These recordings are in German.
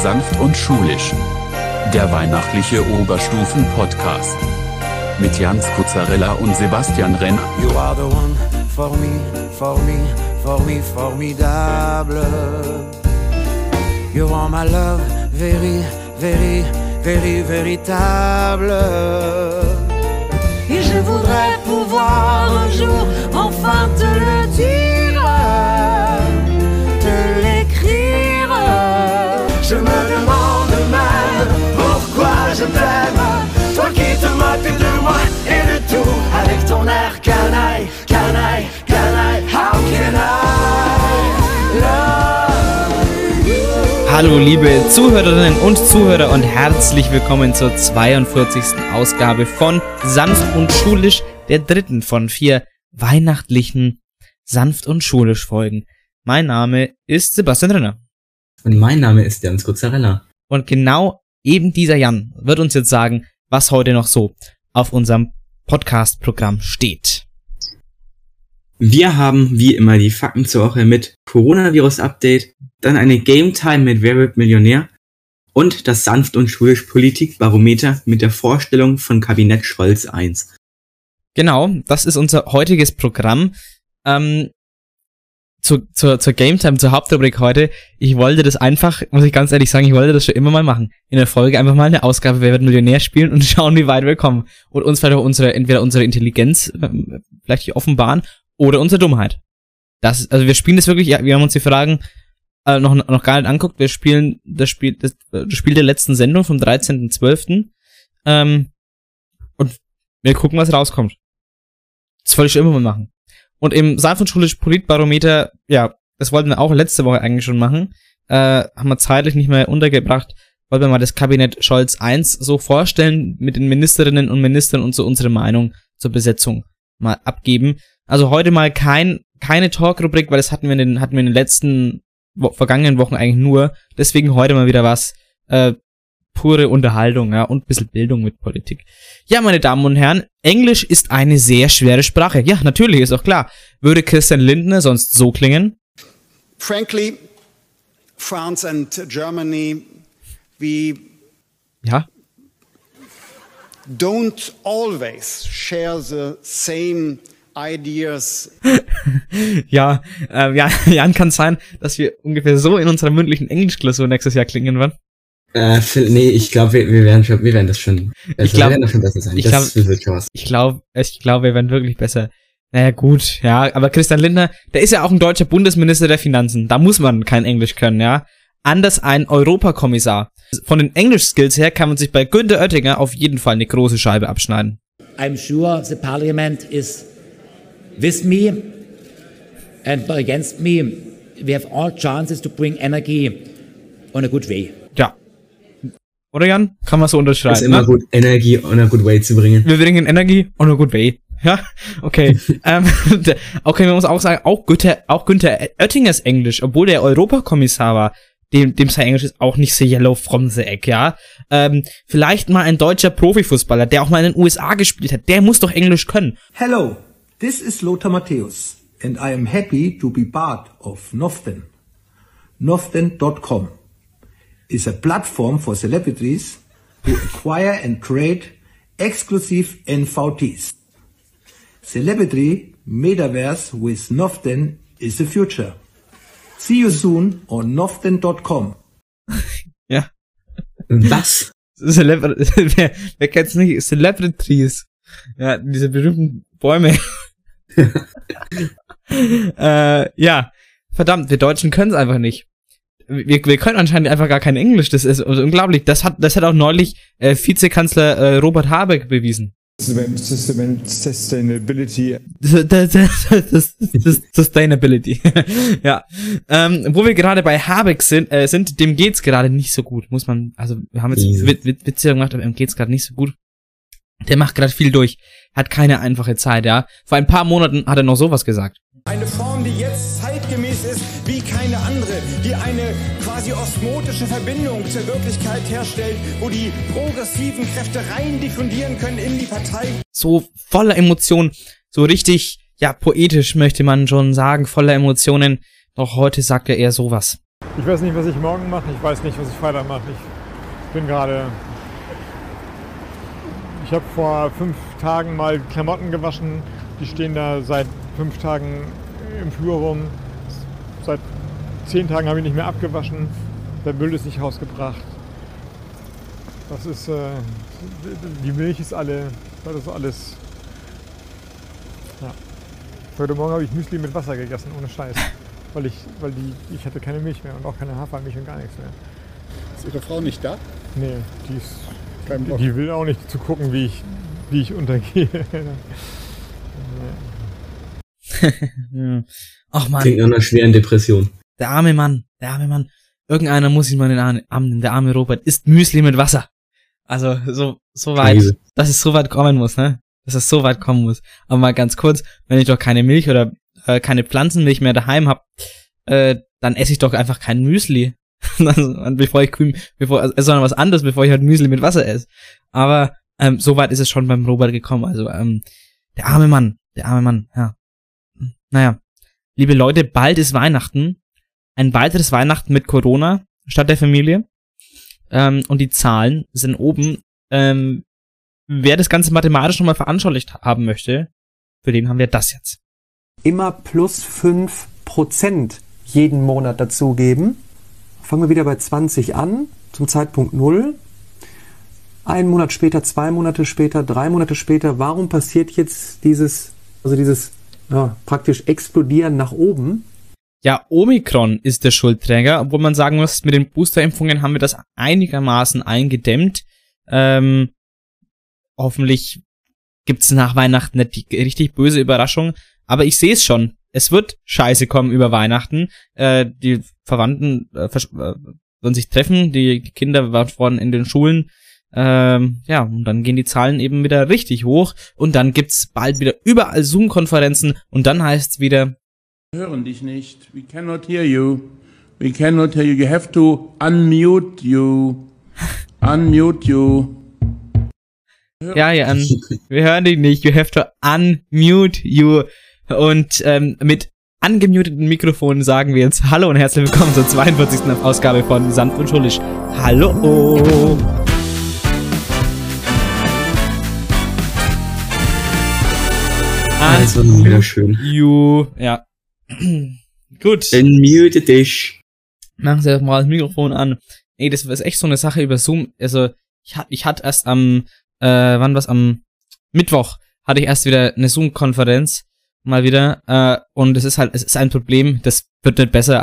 Sanft und Schulisch. Der weihnachtliche Oberstufen-Podcast. Mit Jans Kuzzarella und Sebastian Renner. You are the one for me, for me, for me, formidable. You are my love, very, very, very, véritable. Et je voudrais pouvoir un jour enfin te le dire, te l'écrire. Je me demande même pourquoi je t'aime, toi qui te moques de moi et de tout, avec ton air canaille, canaille, canaille. How can I love you? Hallo liebe Zuhörerinnen und Zuhörer und herzlich willkommen zur 42. Ausgabe von Sanft und Schulisch, der dritten von 4 weihnachtlichen Sanft und Schulisch Folgen. Mein Name ist Sebastian Renner. Und mein Name ist Jans Kuzzarella. Und genau eben dieser Jan wird uns jetzt sagen, was heute noch so auf unserem Podcast-Programm steht. Wir haben wie immer die Fakten zur Woche mit Coronavirus-Update, dann eine Game Time mit Wer wird Millionär und das Sanft und Schulisch Politikbarometer mit der Vorstellung von Kabinett Scholz 1. Genau, das ist unser heutiges Programm. Zur Game Time, zur Hauptrubrik heute. Ich wollte das einfach, muss ich ganz ehrlich sagen, ich wollte das schon immer mal machen. In der Folge einfach mal eine Ausgabe Wer wird Millionär spielen und schauen, wie weit wir kommen. Und uns vielleicht auch entweder unsere Intelligenz vielleicht hier offenbaren oder unsere Dummheit. Also wir spielen das wirklich, ja, wir haben uns die Fragen noch gar nicht angeguckt. Wir spielen das Spiel der letzten Sendung vom 13.12. Und wir gucken, was rauskommt. Das wollte ich schon immer mal machen. Und im Sanft und Schulisch Politbarometer, ja, das wollten wir auch letzte Woche eigentlich schon machen, haben wir zeitlich nicht mehr untergebracht, wollten wir mal das Kabinett Scholz 1 so vorstellen, mit den Ministerinnen und Ministern und so unsere Meinung zur Besetzung mal abgeben. Also heute mal keine Talk-Rubrik, weil das hatten wir in den letzten vergangenen Wochen eigentlich nur, deswegen heute mal wieder was, pure Unterhaltung, ja, und ein bisschen Bildung mit Politik. Ja, meine Damen und Herren, Englisch ist eine sehr schwere Sprache. Ja, natürlich, ist auch klar. Würde Christian Lindner sonst so klingen? Frankly, France and Germany, we don't always share the same ideas. Jan, kann sein, dass wir ungefähr so in unserer mündlichen Englischklausur nächstes Jahr klingen werden. Nee, ich glaube, wir werden das schon besser. Wir werden das schon besser sein. Ich glaube, wir werden wirklich besser. Naja, gut, ja, aber Christian Lindner, der ist ja auch ein deutscher Bundesminister der Finanzen. Da muss man kein Englisch können, ja. Anders ein Europakommissar. Von den Englisch-Skills her kann man sich bei Günther Oettinger auf jeden Fall eine große Scheibe abschneiden. I'm sure the parliament is with me and not against me. We have all chances to bring energy on a good way. Ja. Oder Jan? Kann man so unterschreiben. Es ist immer gut, Energie on a good way zu bringen. Wir bringen Energie on a good way. Ja, okay. Okay, man muss auch sagen, auch Günther Oettingers Englisch, obwohl der Europakommissar war, dem sein Englisch ist auch nicht so yellow from the egg, ja. Vielleicht mal ein deutscher Profifußballer, der auch mal in den USA gespielt hat, der muss doch Englisch können. Hello, this is Lothar Matthäus and I am happy to be part of Noften. Noften.com is a platform for celebrities who acquire and create exclusive NFTs. Celebrity Metaverse with Noften is the future. See you soon on Noften.com. Ja. Was? Wer kennt's nicht? Celebrities. Ja, diese berühmten Bäume. Ja. Verdammt, wir Deutschen können's einfach nicht. Wir können anscheinend einfach gar kein Englisch, das ist unglaublich. Das hat auch neulich Vizekanzler Robert Habeck bewiesen. Sustainability. Sustainability. Ja. Wo wir gerade bei Habeck sind, dem geht's gerade nicht so gut, muss man, also wir haben jetzt Witze gemacht, aber ihm geht's gerade nicht so gut. Der macht gerade viel durch, hat keine einfache Zeit, ja. Vor ein paar Monaten hat er noch sowas gesagt. Eine Form, die jetzt zeitgemäß ist wie keine andere, die eine quasi osmotische Verbindung zur Wirklichkeit herstellt, wo die progressiven Kräfte rein diffundieren können in die Partei. So voller Emotionen, so richtig, ja, poetisch möchte man schon sagen, voller Emotionen. Doch heute sagt er eher sowas. Ich weiß nicht, was ich morgen mache. Ich weiß nicht, was ich Freitag mache. Ich habe vor 5 Tagen mal Klamotten gewaschen. Die stehen da seit 5 Tagen im Flur rum. Seit 10 Tagen habe ich nicht mehr abgewaschen. Der Müll ist nicht rausgebracht. Das ist, die Milch ist alle, das ist alles. Ja. Heute Morgen habe ich Müsli mit Wasser gegessen, ohne Scheiß. Ich hatte keine Milch mehr und auch keine Hafermilch und gar nichts mehr. Ist Ihre Frau nicht da? Nee, die will auch nicht zu gucken, wie ich untergehe. Ach man. Klingt nach einer schweren Depression. Der arme Mann. Irgendeiner muss ihn mal in den Arm nehmen. Der arme Robert isst Müsli mit Wasser. Also so weit, dass es so weit kommen muss, ne? Dass es so weit kommen muss. Aber mal ganz kurz, wenn ich doch keine Milch oder keine Pflanzenmilch mehr daheim habe, dann esse ich doch einfach kein Müsli. Sondern was anderes, bevor ich halt Müsli mit Wasser esse. Aber so weit ist es schon beim Robert gekommen. Also der arme Mann, ja. Naja, liebe Leute, bald ist Weihnachten. Ein weiteres Weihnachten mit Corona statt der Familie. Und die Zahlen sind oben. Wer das Ganze mathematisch nochmal veranschaulicht haben möchte, für den haben wir das jetzt. Immer plus 5% jeden Monat dazugeben. Fangen wir wieder bei 20 an, zum Zeitpunkt 0. 1 Monat später, 2 Monate später, 3 Monate später. Warum passiert jetzt dieses praktisch Explodieren nach oben? Ja, Omikron ist der Schuldträger, obwohl man sagen muss, mit den Boosterimpfungen haben wir das einigermaßen eingedämmt. Hoffentlich gibt's nach Weihnachten nicht die richtig böse Überraschung, aber ich sehe es schon. Es wird Scheiße kommen über Weihnachten. Die Verwandten wollen sich treffen, die Kinder waren in den Schulen. Und dann gehen die Zahlen eben wieder richtig hoch und dann gibt's bald wieder überall Zoom-Konferenzen und dann heißt's wieder: Wir hören dich nicht. We cannot hear you. We cannot hear you. You have to unmute you. Unmute you. Ja, wir hören dich nicht. You have to unmute you. Und mit angemuteten Mikrofonen sagen wir jetzt Hallo und herzlich willkommen zur 42. Ausgabe von Sanft und Schuldig. Hallo! Das war wieder schön. Ja. Gut. Unmute dich. Machen Sie doch mal das Mikrofon an. Ey, das ist echt so eine Sache über Zoom. Also, ich hatte erst am Mittwoch hatte ich erst wieder eine Zoom-Konferenz. Mal wieder. Und es ist ein Problem, das wird nicht besser.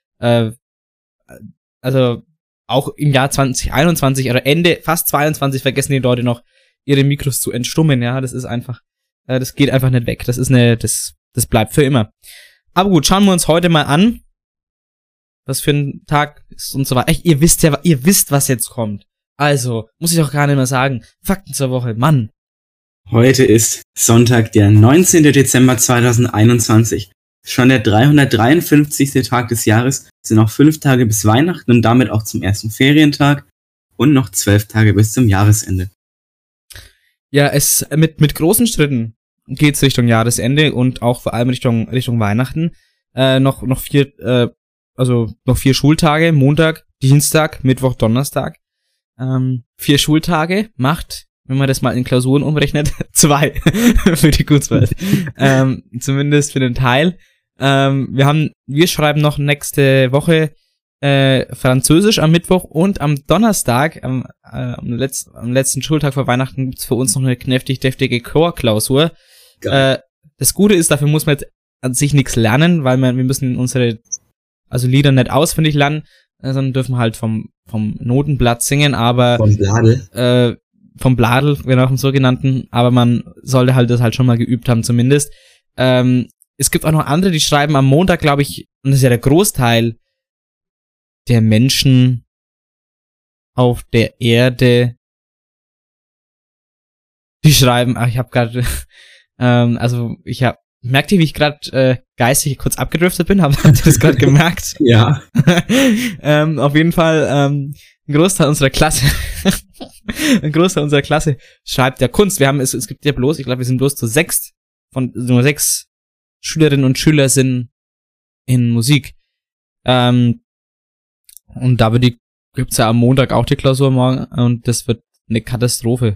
Also auch im Jahr 2021 oder Ende fast 22 vergessen die Leute noch, ihre Mikros zu entstummen. Ja, das ist einfach, das geht einfach nicht weg. Das bleibt für immer. Aber gut, schauen wir uns heute mal an, was für ein Tag ist und so weiter. Ihr wisst, was jetzt kommt. Also, muss ich auch gar nicht mehr sagen. Fakten zur Woche, Mann. Heute ist Sonntag, der 19. Dezember 2021. Schon der 353. Tag des Jahres. Es sind noch 5 Tage bis Weihnachten und damit auch zum ersten Ferientag. Und noch 12 Tage bis zum Jahresende. Ja, es mit großen Schritten geht's Richtung Jahresende und auch vor allem Richtung Weihnachten. Noch 4 Schultage, Montag, Dienstag, Mittwoch, Donnerstag. 4 Schultage macht, wenn man das mal in Klausuren umrechnet, 2 für die Q12. Zumindest für den Teil. Wir schreiben noch nächste Woche Französisch am Mittwoch und am Donnerstag, am letzten Schultag vor Weihnachten, gibt's für uns noch eine deftige Chorklausur. Das Gute ist, dafür muss man jetzt an sich nichts lernen, weil wir müssen unsere Lieder nicht auswendig lernen, sondern dürfen halt vom Notenblatt singen, aber vom Bladel, genau, vom sogenannten, aber man sollte halt das halt schon mal geübt haben zumindest. Es gibt auch noch andere, die schreiben am Montag, glaube ich, und das ist ja der Großteil der Menschen auf der Erde, die schreiben, merkt ihr, wie ich gerade geistig kurz abgedriftet bin? Habt ihr das gerade gemerkt? Ja. Auf jeden Fall, ein Großteil unserer Klasse schreibt ja Kunst. Es gibt ja bloß, ich glaube, wir sind bloß nur 6 Schülerinnen und Schüler sind in Musik. Und da gibt's ja am Montag auch die Klausur morgen und das wird eine Katastrophe.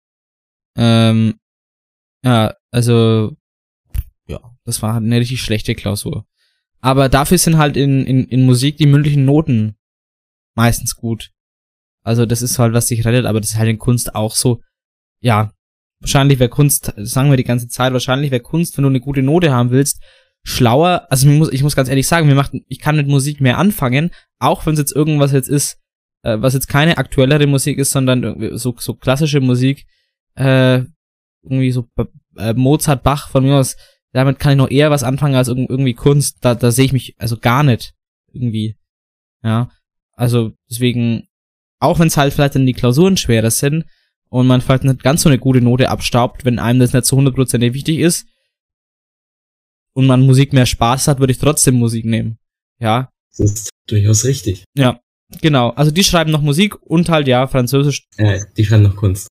Ja, also, ja, das war eine richtig schlechte Klausur. Aber dafür sind halt in Musik die mündlichen Noten meistens gut. Also das ist halt, was dich rettet, aber das ist halt in Kunst auch so. Ja, wahrscheinlich wäre Kunst, sagen wir die ganze Zeit, wahrscheinlich wäre Kunst, wenn du eine gute Note haben willst, schlauer. Also ich muss ganz ehrlich sagen, ich kann mit Musik mehr anfangen, auch wenn es jetzt irgendwas jetzt ist, was jetzt keine aktuellere Musik ist, sondern so klassische Musik, irgendwie so Mozart, Bach von mir aus, damit kann ich noch eher was anfangen als irgendwie Kunst. Da sehe ich mich also gar nicht irgendwie. Ja, also deswegen, auch wenn es halt vielleicht dann die Klausuren schwerer sind und man vielleicht nicht ganz so eine gute Note abstaubt, wenn einem das nicht so 100% wichtig ist und man Musik mehr Spaß hat, würde ich trotzdem Musik nehmen. Ja. Das ist durchaus richtig. Ja, genau. Also die schreiben noch Musik und halt, ja, Französisch. Die schreiben noch Kunst.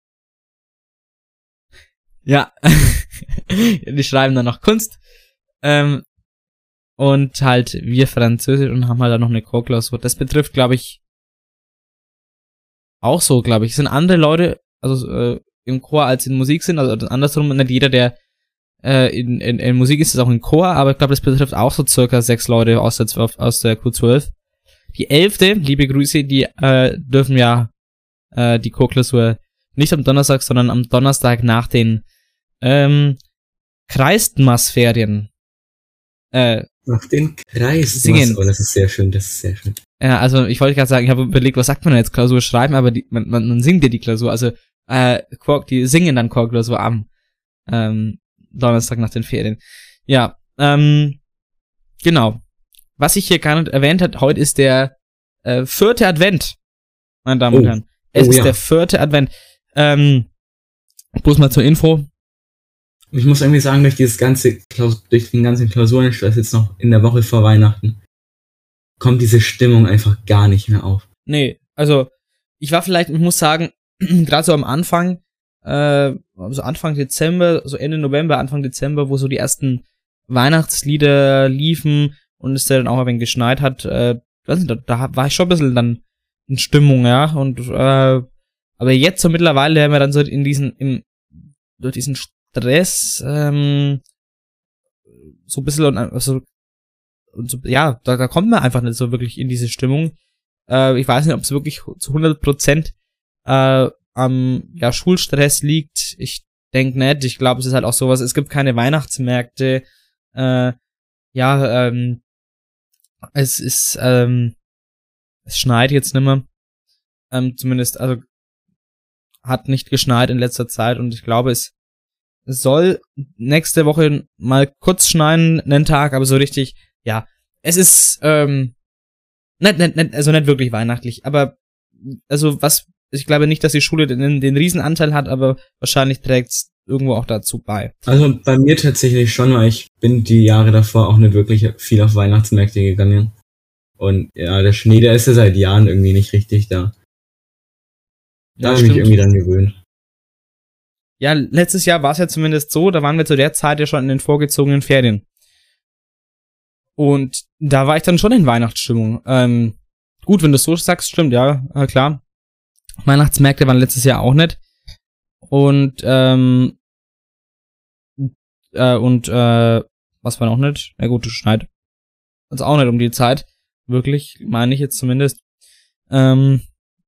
Ja. Die schreiben dann noch Kunst. Und halt wir Französisch und haben halt dann noch eine Chorklausur. Das betrifft, glaube ich, auch so, glaube ich. Es sind andere Leute, also im Chor als in Musik sind, also andersrum, nicht jeder, der in Musik ist auch in Chor, aber ich glaube, das betrifft auch so circa 6 Leute aus der Q12. Die 11., liebe Grüße, die dürfen ja die Chorklausur nicht am Donnerstag, sondern am Donnerstag nach den Kreistmaßferien nach den Kreistmaß. Singen. Oh, das ist sehr schön, das ist sehr schön. Ja, also ich wollte gerade sagen, ich habe überlegt, was sagt man denn jetzt, Klausur schreiben, aber man singt ja die Klausur, also die singen dann Chorklausur am Donnerstag nach den Ferien. Ja, genau. Was ich hier gar nicht erwähnt habe, heute ist der 4. Advent, meine Damen und Herren. Es ist der 4. Advent. Bloß mal zur Info. Ich muss irgendwie sagen, durch den ganzen Klausurenstress jetzt noch in der Woche vor Weihnachten kommt diese Stimmung einfach gar nicht mehr auf. Nee, also ich muss sagen, gerade so am Anfang, so Anfang Dezember, so Ende November, Anfang Dezember, wo so die ersten Weihnachtslieder liefen und es dann auch ein wenig geschneit hat, weiß nicht, da war ich schon ein bisschen dann in Stimmung, ja, und aber jetzt so mittlerweile haben wir dann so durch diesen Stress so ein bisschen ja, da kommt man einfach nicht so wirklich in diese Stimmung. Ich weiß nicht, ob es wirklich zu 100% am Schulstress liegt. Ich denke nicht. Ich glaube, es ist halt auch sowas, es gibt keine Weihnachtsmärkte. Es schneit jetzt nimmer. Zumindest, also hat nicht geschneit in letzter Zeit und ich glaube, es soll nächste Woche mal kurz schneien, einen Tag, aber so richtig, ja, es ist nicht wirklich weihnachtlich, aber also ich glaube nicht, dass die Schule den Riesenanteil hat, aber wahrscheinlich trägt es irgendwo auch dazu bei. Also bei mir tatsächlich schon, weil ich bin die Jahre davor auch nicht wirklich viel auf Weihnachtsmärkte gegangen. Und ja, der Schnee, der ist ja seit Jahren irgendwie nicht richtig da. Da habe ich mich irgendwie dann gewöhnt. Ja, letztes Jahr war es ja zumindest so, da waren wir zu der Zeit ja schon in den vorgezogenen Ferien. Und da war ich dann schon in Weihnachtsstimmung. Gut, wenn du es so sagst, stimmt, ja, klar. Weihnachtsmärkte waren letztes Jahr auch nicht. Und was war noch nicht? Na gut, es schneit. Also auch nicht um die Zeit. Wirklich, meine ich jetzt zumindest. Von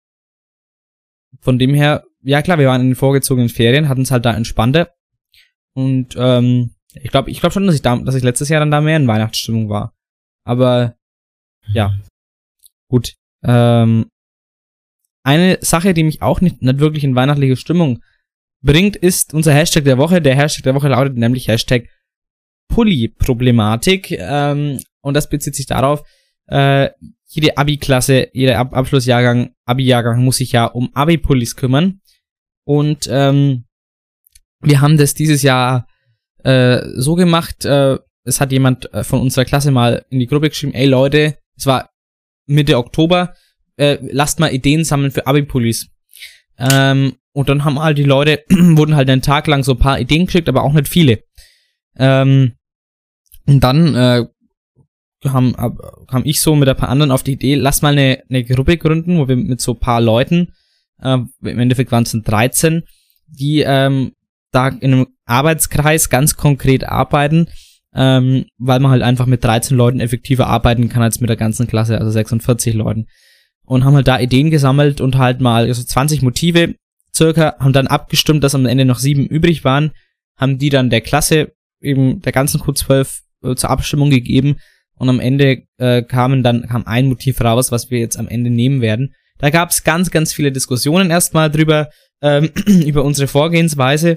dem her, ja klar, wir waren in den vorgezogenen Ferien, hatten es halt da entspannter. Und ich glaube schon, dass ich letztes Jahr dann da mehr in Weihnachtsstimmung war. Aber ja, gut. Eine Sache, die mich auch nicht wirklich in weihnachtliche Stimmung bringt, ist unser Hashtag der Woche. Der Hashtag der Woche lautet nämlich Hashtag Pulli-Problematik. Und das bezieht sich darauf, jede Abi-Klasse, jeder Abschlussjahrgang, Abi-Jahrgang muss sich ja um Abi-Pullis kümmern. Und wir haben das dieses Jahr so gemacht, es hat jemand von unserer Klasse mal in die Gruppe geschrieben, ey Leute, es war Mitte Oktober, lasst mal Ideen sammeln für Abi-Pullis. Und dann haben halt die Leute, wurden halt einen Tag lang so ein paar Ideen geschickt, aber auch nicht viele. Und dann kam ich so mit ein paar anderen auf die Idee, lass mal eine Gruppe gründen, wo wir mit so ein paar Leuten, im Endeffekt waren es 13, die da in einem Arbeitskreis ganz konkret arbeiten, weil man halt einfach mit 13 Leuten effektiver arbeiten kann als mit der ganzen Klasse, also 46 Leuten. Und haben halt da Ideen gesammelt und halt mal also 20 Motive circa, haben dann abgestimmt, dass am Ende noch 7 übrig waren, haben die dann der Klasse, eben der ganzen Q12 zur Abstimmung gegeben und am Ende kam ein Motiv raus, was wir jetzt am Ende nehmen werden. Da gab es ganz, ganz viele Diskussionen erstmal drüber, über unsere Vorgehensweise.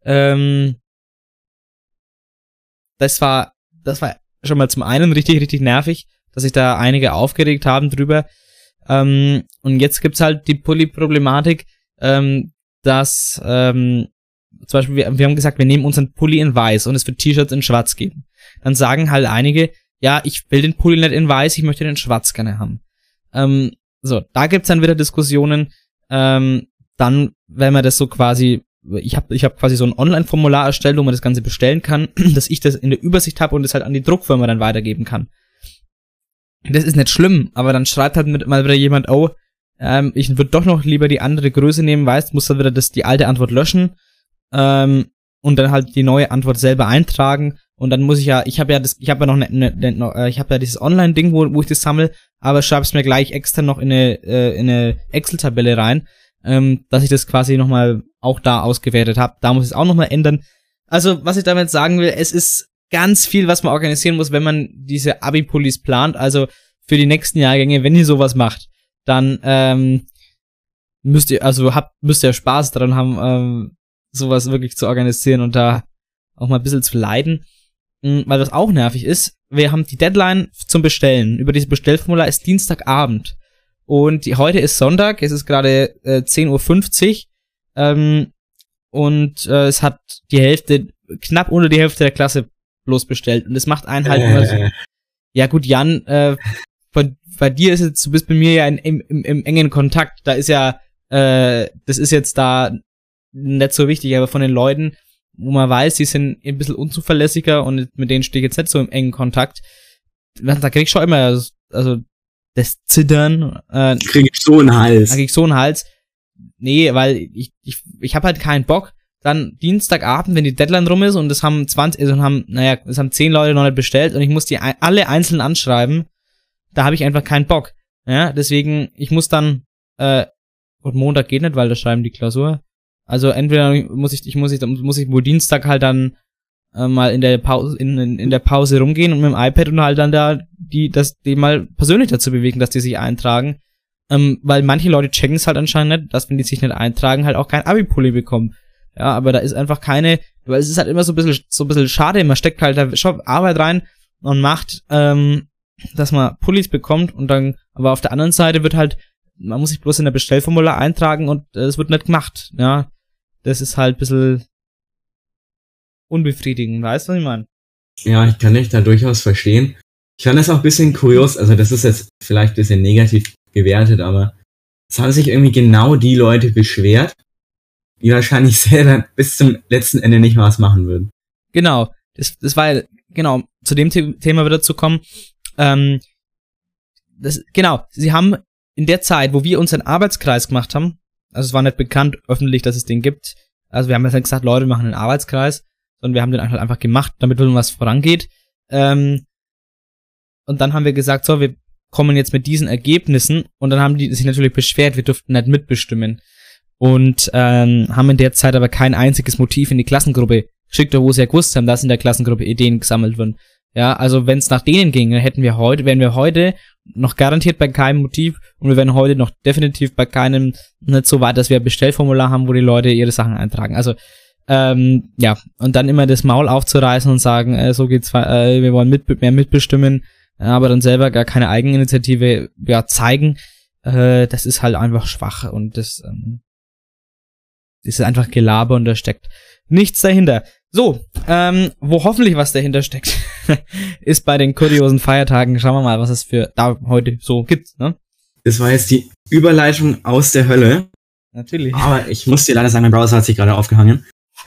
Das war schon mal zum einen richtig, richtig nervig, dass sich da einige aufgeregt haben drüber. Und jetzt gibt's halt die Pulli-Problematik, dass zum Beispiel wir haben gesagt, wir nehmen unseren Pulli in weiß und es wird T-Shirts in schwarz geben. Dann sagen halt einige, ja, ich will den Pulli nicht in weiß, ich möchte den in schwarz gerne haben. So, da gibt's dann wieder Diskussionen. Dann, wenn man das so quasi, ich hab quasi so ein Online-Formular erstellt, wo man das Ganze bestellen kann, dass ich das in der Übersicht habe und das halt an die Druckfirma dann weitergeben kann. Das ist nicht schlimm, aber dann schreibt halt mal wieder jemand, oh, ich würde doch noch lieber die andere Größe nehmen, weißt, muss dann wieder die alte Antwort löschen, und dann halt die neue Antwort selber eintragen und dann muss ich ja, ich habe ja dieses Online-Ding, wo ich das sammle, aber schreib's mir gleich extra noch in eine Excel-Tabelle rein, dass ich das quasi nochmal auch da ausgewertet habe. Da muss ich es auch nochmal ändern. Also, was ich damit sagen will, es ist ganz viel, was man organisieren muss, wenn man diese Abi-Pullis plant. Also für die nächsten Jahrgänge, wenn ihr sowas macht, dann müsst ihr Spaß daran haben, sowas wirklich zu organisieren und da auch mal ein bisschen zu leiden. Weil was auch nervig ist, wir haben die Deadline zum Bestellen. Über dieses Bestellformular ist Dienstagabend. Und heute ist Sonntag, es ist gerade 10:50 Uhr. Es hat die Hälfte, knapp unter die Hälfte der Klasse bloß bestellt. Und das macht einen halt immer so. Ja gut, Jan, bei dir ist jetzt, du bist bei mir ja im engen Kontakt. Da ist ja, das ist jetzt da nicht so wichtig, aber von den Leuten, wo man weiß, die sind ein bisschen unzuverlässiger und mit denen stehe ich jetzt nicht so im engen Kontakt, da krieg ich schon immer, also das Zittern. Krieg ich so einen Hals. Da krieg ich so einen Hals. Nee, weil ich hab halt keinen Bock, dann Dienstagabend, wenn die Deadline rum ist und es haben 10 Leute noch nicht bestellt und ich muss die alle einzeln anschreiben, da habe ich einfach keinen Bock. Ja, deswegen, ich muss dann, und Montag geht nicht, weil da schreiben die Klausur. Also entweder muss ich wohl Dienstag halt dann mal in der Pause rumgehen und mit dem iPad und halt dann die mal persönlich dazu bewegen, dass die sich eintragen. Weil manche Leute checken es halt anscheinend nicht, dass wenn die sich nicht eintragen, halt auch kein Abi-Pulli bekommen. Ja, aber da ist einfach keine, weil es ist halt immer so ein bisschen schade, man steckt halt da schon Arbeit rein und macht, dass man Pullis bekommt und dann, aber auf der anderen Seite wird halt, man muss sich bloß in der Bestellformular eintragen und es wird nicht gemacht, ja. Das ist halt ein bisschen unbefriedigend, weißt du, was ich meine? Ja, ich kann dich da durchaus verstehen. Ich fand das auch ein bisschen kurios, also das ist jetzt vielleicht ein bisschen negativ gewertet, aber es haben sich irgendwie genau die Leute beschwert, die wahrscheinlich selber bis zum letzten Ende nicht mal was machen würden. Genau, das war ja, genau, zu dem Thema wieder zu kommen, sie haben in der Zeit, wo wir unseren Arbeitskreis gemacht haben, also es war nicht bekannt öffentlich, dass es den gibt, also wir haben jetzt gesagt, Leute, wir machen einen Arbeitskreis, sondern wir haben den halt einfach gemacht, damit irgendwas vorangeht, und dann haben wir gesagt, so, wir kommen jetzt mit diesen Ergebnissen und dann haben die sich natürlich beschwert, wir durften nicht mitbestimmen und haben in der Zeit aber kein einziges Motiv in die Klassengruppe geschickt, wo sie ja gewusst haben, dass in der Klassengruppe Ideen gesammelt werden. Ja, also wenn es nach denen ging, dann wären wir heute noch garantiert bei keinem Motiv und wir wären heute noch definitiv bei keinem nicht so weit, dass wir ein Bestellformular haben, wo die Leute ihre Sachen eintragen. Also ja, und dann immer das Maul aufzureißen und sagen, so geht's, wir wollen mehr mitbestimmen, aber dann selber gar keine Eigeninitiative zeigen, das ist halt einfach schwach und das ist einfach Gelaber und da steckt nichts dahinter. So, wo hoffentlich was dahinter steckt, ist bei den kuriosen Feiertagen. Schauen wir mal, was es für da heute so gibt, ne? Das war jetzt die Überleitung aus der Hölle. Natürlich. Aber ich muss dir leider sagen, mein Browser hat sich gerade aufgehangen.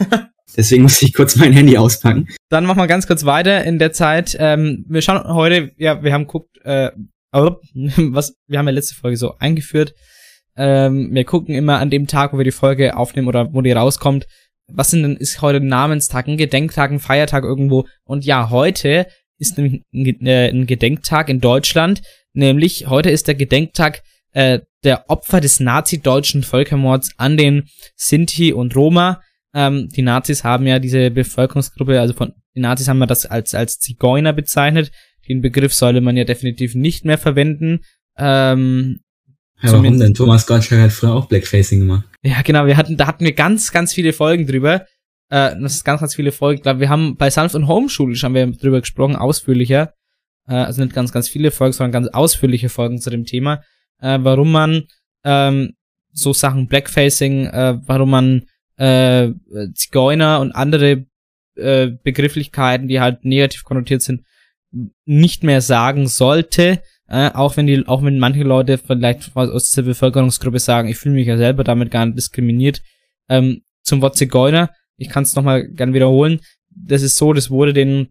Deswegen muss ich kurz mein Handy auspacken. Dann machen wir ganz kurz weiter in der Zeit. Wir schauen heute, ja, wir haben geguckt, wir haben ja letzte Folge so eingeführt. Wir gucken immer an dem Tag, wo wir die Folge aufnehmen oder wo die rauskommt. Ist heute ein Namenstag, ein Gedenktag, ein Feiertag irgendwo? Und ja, heute ist ein Gedenktag in Deutschland. Nämlich, heute ist der Gedenktag der Opfer des nazi-deutschen Völkermords an den Sinti und Roma. Die Nazis haben ja diese Bevölkerungsgruppe, die Nazis haben ja das als Zigeuner bezeichnet. Den Begriff sollte man ja definitiv nicht mehr verwenden. Warum denn? Thomas Gottschalk hat früher auch Blackfacing gemacht. Ja, genau, da hatten wir ganz, ganz viele Folgen drüber. Das ist ganz, ganz viele Folgen. Ich glaube, wir haben bei Sanft und Homeschulisch haben wir drüber gesprochen, ausführlicher. Also nicht ganz, ganz viele Folgen, sondern ganz ausführliche Folgen zu dem Thema. Warum man so Sachen Blackfacing, warum man Zigeuner und andere Begrifflichkeiten, die halt negativ konnotiert sind, nicht mehr sagen sollte. Auch wenn manche Leute vielleicht aus dieser Bevölkerungsgruppe sagen, ich fühle mich ja selber damit gar nicht diskriminiert. Zum Wort Zigeuner, ich kann es nochmal gern wiederholen. Das ist so, das wurde den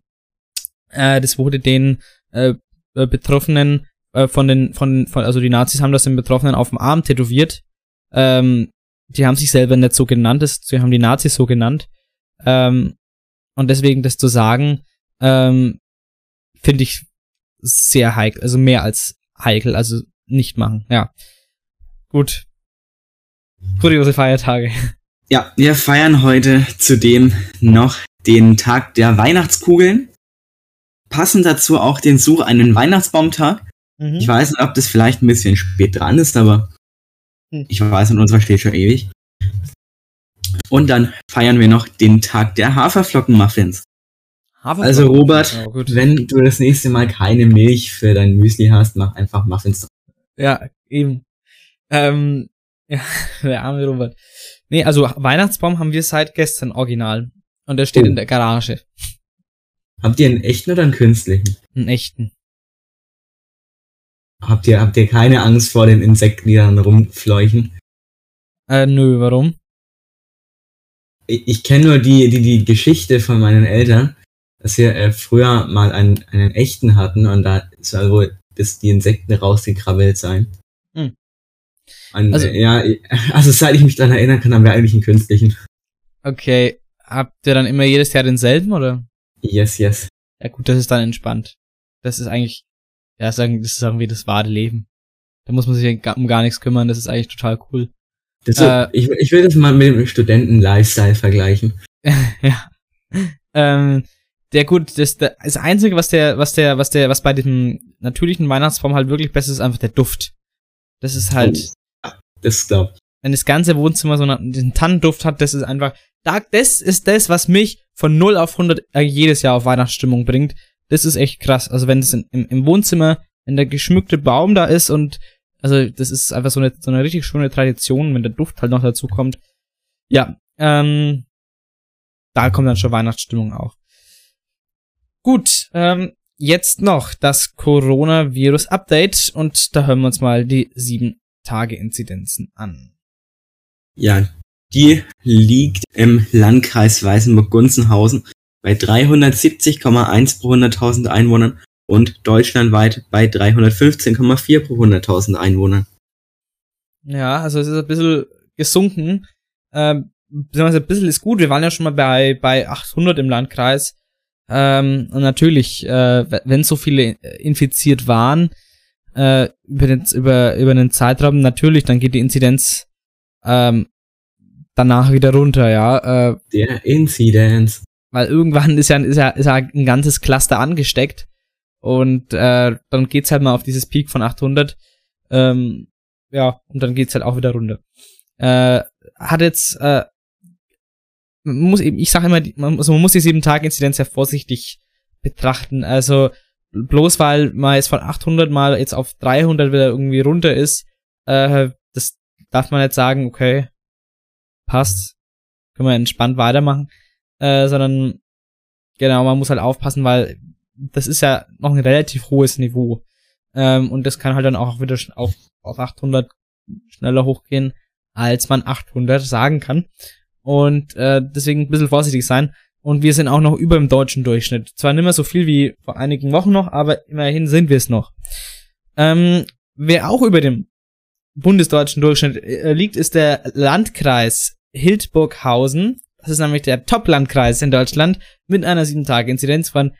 Betroffenen also die Nazis haben das den Betroffenen auf dem Arm tätowiert. Die haben sich selber nicht so genannt, sie haben die Nazis so genannt. Und deswegen das zu sagen, finde ich sehr heikel, also mehr als heikel, also nicht machen, ja. Gut. Kuriose Feiertage. Ja, wir feiern heute zudem noch den Tag der Weihnachtskugeln. Passend dazu auch den Such einen Weihnachtsbaumtag. Ich weiß nicht, ob das vielleicht ein bisschen spät dran ist, aber ich weiß nicht, unserer steht schon ewig. Und dann feiern wir noch den Tag der Haferflockenmuffins. Also Robert, wenn du das nächste Mal keine Milch für dein Müsli hast, mach einfach Muffins. Ja, eben. Ja, der arme Robert. Nee, also Weihnachtsbaum haben wir seit gestern original. Und der steht in der Garage. Habt ihr einen echten oder einen künstlichen? Einen echten. Habt ihr keine Angst vor den Insekten, die dann rumfleuchen? Nö, warum? Ich kenne nur die Geschichte von meinen Eltern, dass wir früher mal einen echten hatten und da soll wohl bis die Insekten rausgekrabbelt sein. Und, also seit ich mich daran erinnern kann, haben wir eigentlich einen künstlichen. Okay, habt ihr dann immer jedes Jahr denselben, oder? Yes. Ja gut, das ist dann entspannt. Das ist eigentlich, das ist irgendwie das wahre Leben. Da muss man sich um gar nichts kümmern, das ist eigentlich total cool. Ich will das mal mit dem Studenten-Lifestyle vergleichen. Ja. Das Einzige, was bei diesem natürlichen Weihnachtsbaum halt wirklich besser ist, einfach der Duft. Das ist halt. Das glaubt. Wenn das ganze Wohnzimmer so einen Tannenduft hat, das ist einfach. Das ist das, was mich von 0 auf 100 jedes Jahr auf Weihnachtsstimmung bringt. Das ist echt krass. Also wenn es im Wohnzimmer, wenn der geschmückte Baum da ist und also das ist einfach so eine richtig schöne Tradition, wenn der Duft halt noch dazu kommt. Ja, da kommt dann schon Weihnachtsstimmung auf. Gut, jetzt noch das Coronavirus-Update und da hören wir uns mal die 7-Tage-Inzidenzen an. Ja, die liegt im Landkreis Weißenburg-Gunzenhausen bei 370,1 pro 100.000 Einwohnern und deutschlandweit bei 315,4 pro 100.000 Einwohnern. Ja, also es ist ein bisschen gesunken. Beziehungsweise ein bisschen ist gut. Wir waren ja schon mal bei 800 im Landkreis. Und natürlich, wenn so viele infiziert waren, über einen Zeitraum, natürlich, dann geht die Inzidenz danach wieder runter, ja. Der Inzidenz. Weil irgendwann ist ja ein ganzes Cluster angesteckt und dann geht's halt mal auf dieses Peak von 800. Ja, und dann geht's halt auch wieder runter. Ich sage immer, man muss die 7-Tage-Inzidenz ja vorsichtig betrachten. Also bloß weil man jetzt von 800 mal jetzt auf 300 wieder irgendwie runter ist, das darf man nicht sagen, okay, passt, können wir entspannt weitermachen, sondern genau, man muss halt aufpassen, weil das ist ja noch ein relativ hohes Niveau und das kann halt dann auch wieder auf 800 schneller hochgehen, als man 800 sagen kann. Und deswegen ein bisschen vorsichtig sein. Und wir sind auch noch über dem deutschen Durchschnitt. Zwar nicht mehr so viel wie vor einigen Wochen noch, aber immerhin sind wir es noch. Wer auch über dem bundesdeutschen Durchschnitt liegt, ist der Landkreis Hildburghausen. Das ist nämlich der Top-Landkreis in Deutschland mit einer 7-Tage-Inzidenz von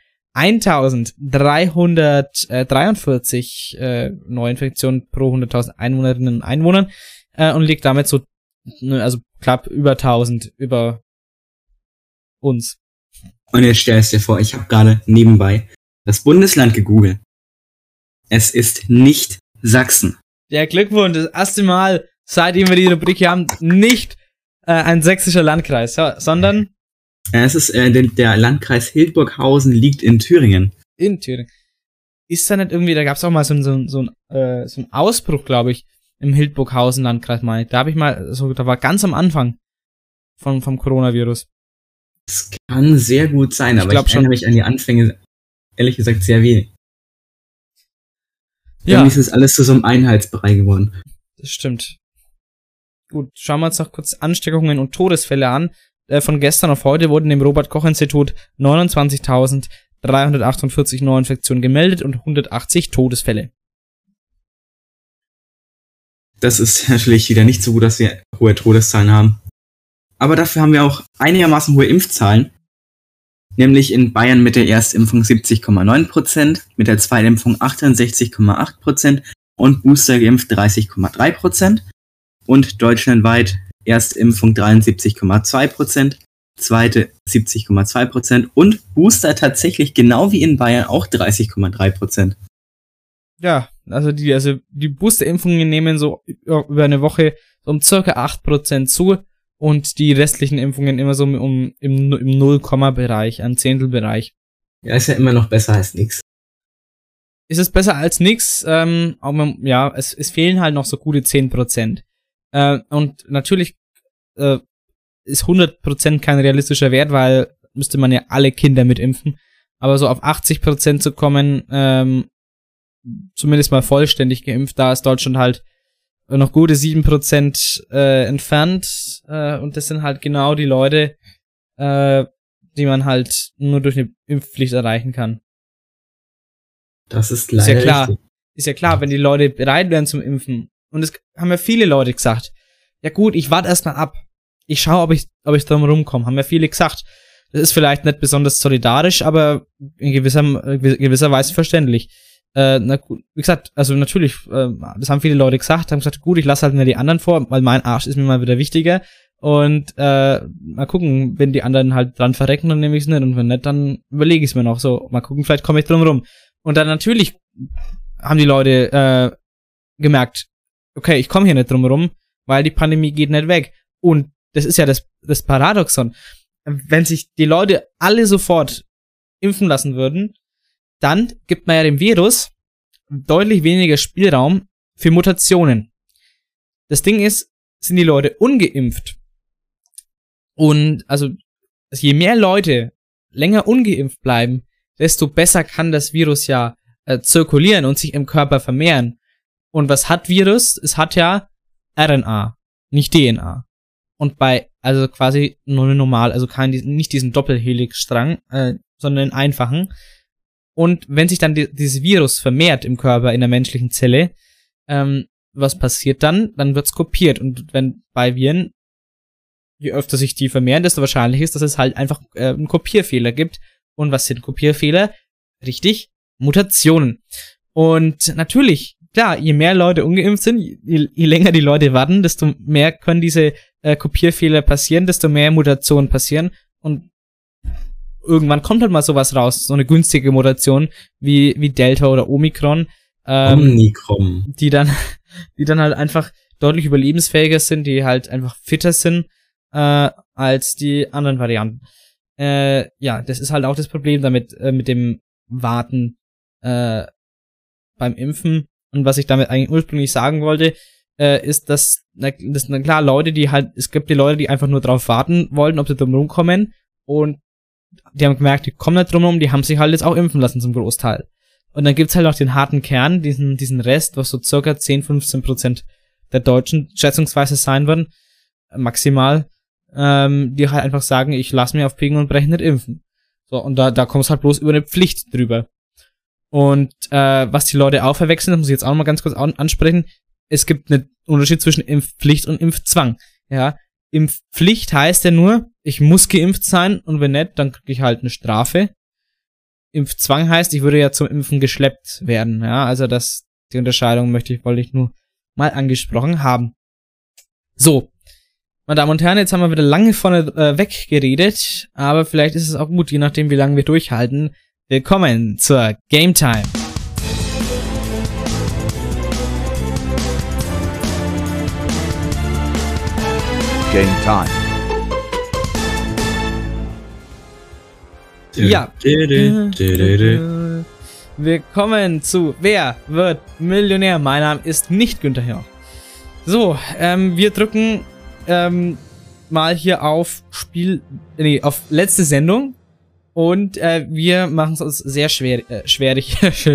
1343 Neuinfektionen pro 100.000 Einwohnerinnen und Einwohnern und liegt damit so, also knapp über 1000 über uns. Und jetzt stellst du dir vor, ich habe gerade nebenbei das Bundesland gegoogelt. Es ist nicht Sachsen. Ja, Glückwunsch, das erste Mal, seitdem wir die Rubrik hier haben, nicht ein sächsischer Landkreis, sondern... Es ist der Landkreis Hildburghausen liegt in Thüringen. In Thüringen. Ist da nicht irgendwie, da gab es auch mal so einen Ausbruch, glaube ich, im Hildburghausen-Landkreis mal. Da habe ich mal, da war ganz am Anfang vom Coronavirus. Das kann sehr gut sein, aber ich erinnere mich an die Anfänge, ehrlich gesagt, sehr wenig. Ja. Irgendwie ist es alles zu so einem Einheitsbrei geworden. Das stimmt. Gut, schauen wir uns noch kurz Ansteckungen und Todesfälle an. Von gestern auf heute wurden im Robert-Koch-Institut 29.348 Neuinfektionen gemeldet und 180 Todesfälle. Das ist natürlich wieder nicht so gut, dass wir hohe Todeszahlen haben. Aber dafür haben wir auch einigermaßen hohe Impfzahlen. Nämlich in Bayern mit der Erstimpfung 70,9%, mit der Zweitimpfung 68,8% und Booster geimpft 30,3%. Und deutschlandweit Erstimpfung 73,2%, zweite 70,2% und Booster tatsächlich genau wie in Bayern auch 30,3%. Ja, also die Boosterimpfungen nehmen so über eine Woche so um circa 8% zu und die restlichen Impfungen immer so im 0-Bereich, ein Zehntelbereich. Ja, ist ja immer noch besser als nix. Ist es besser als nix? Aber ja, es fehlen halt noch so gute 10%. Und natürlich ist 100% kein realistischer Wert, weil müsste man ja alle Kinder mit impfen. Aber so auf 80% zu kommen, zumindest mal vollständig geimpft, da ist Deutschland halt noch gute 7% entfernt. Und das sind halt genau die Leute, die man halt nur durch eine Impfpflicht erreichen kann. Das ist leider richtig. Ist ja klar, wenn die Leute bereit wären zum Impfen. Und es haben ja viele Leute gesagt. Ja gut, ich warte erstmal ab. Ich schaue, ob ich drum rumkomme. Haben ja viele gesagt. Das ist vielleicht nicht besonders solidarisch, aber in gewisser Weise verständlich. Na gut, wie gesagt, also natürlich, das haben viele Leute gesagt, haben gesagt, gut, ich lasse halt mir die anderen vor, weil mein Arsch ist mir mal wieder wichtiger. Und mal gucken, wenn die anderen halt dran verrecken, dann nehme ich es nicht. Und wenn nicht, dann überlege ich es mir noch. So, mal gucken, vielleicht komme ich drum rum. Und dann natürlich haben die Leute gemerkt, okay, ich komme hier nicht drum rum, weil die Pandemie geht nicht weg. Und das ist ja das Paradoxon. Wenn sich die Leute alle sofort impfen lassen würden, dann gibt man ja dem Virus deutlich weniger Spielraum für Mutationen. Das Ding ist, sind die Leute ungeimpft und also je mehr Leute länger ungeimpft bleiben, desto besser kann das Virus ja zirkulieren und sich im Körper vermehren. Und was hat Virus? Es hat ja RNA, nicht DNA. Und also quasi nur normal, also nicht diesen Doppelhelixstrang, sondern einen einfachen. Und wenn sich dann dieses Virus vermehrt im Körper, in der menschlichen Zelle, was passiert dann? Dann wird's kopiert. Und wenn bei Viren, je öfter sich die vermehren, desto wahrscheinlich ist, dass es halt einfach einen Kopierfehler gibt. Und was sind Kopierfehler? Richtig, Mutationen. Und natürlich, klar, je mehr Leute ungeimpft sind, je länger die Leute warten, desto mehr können diese Kopierfehler passieren, desto mehr Mutationen passieren. Und irgendwann kommt halt mal sowas raus, so eine günstige Mutation wie Delta oder Omikron. Omikron. Die dann halt einfach deutlich überlebensfähiger sind, die halt einfach fitter sind als die anderen Varianten. Ja, das ist halt auch das Problem damit, mit dem Warten beim Impfen. Und was ich damit eigentlich ursprünglich sagen wollte, ist, dass klar Leute, es gibt die Leute, die einfach nur drauf warten wollten, ob sie drum rumkommen. Und die haben gemerkt, die kommen nicht drum rum, die haben sich halt jetzt auch impfen lassen zum Großteil. Und dann gibt's halt noch den harten Kern, diesen Rest, was so circa 10-15% der Deutschen schätzungsweise sein würden, maximal, die halt einfach sagen, ich lass mir auf Biegen und Brechen nicht impfen. So, und da kommst halt bloß über eine Pflicht drüber. Und was die Leute auch verwechseln, das muss ich jetzt auch noch mal ganz kurz ansprechen, es gibt einen Unterschied zwischen Impfpflicht und Impfzwang. Ja, Impfpflicht heißt ja nur, ich muss geimpft sein und wenn nicht, dann kriege ich halt eine Strafe. Impfzwang heißt, ich würde ja zum Impfen geschleppt werden. Ja, also die Unterscheidung wollte ich nur mal angesprochen haben. So, meine Damen und Herren, jetzt haben wir wieder lange vorne weggeredet, aber vielleicht ist es auch gut, je nachdem wie lange wir durchhalten. Willkommen zur Game Time. Game Time. Ja. Willkommen zu Wer wird Millionär? Mein Name ist nicht Günther Jauch. So, wir drücken mal hier auf auf letzte Sendung und wir machen es uns sehr schwierig.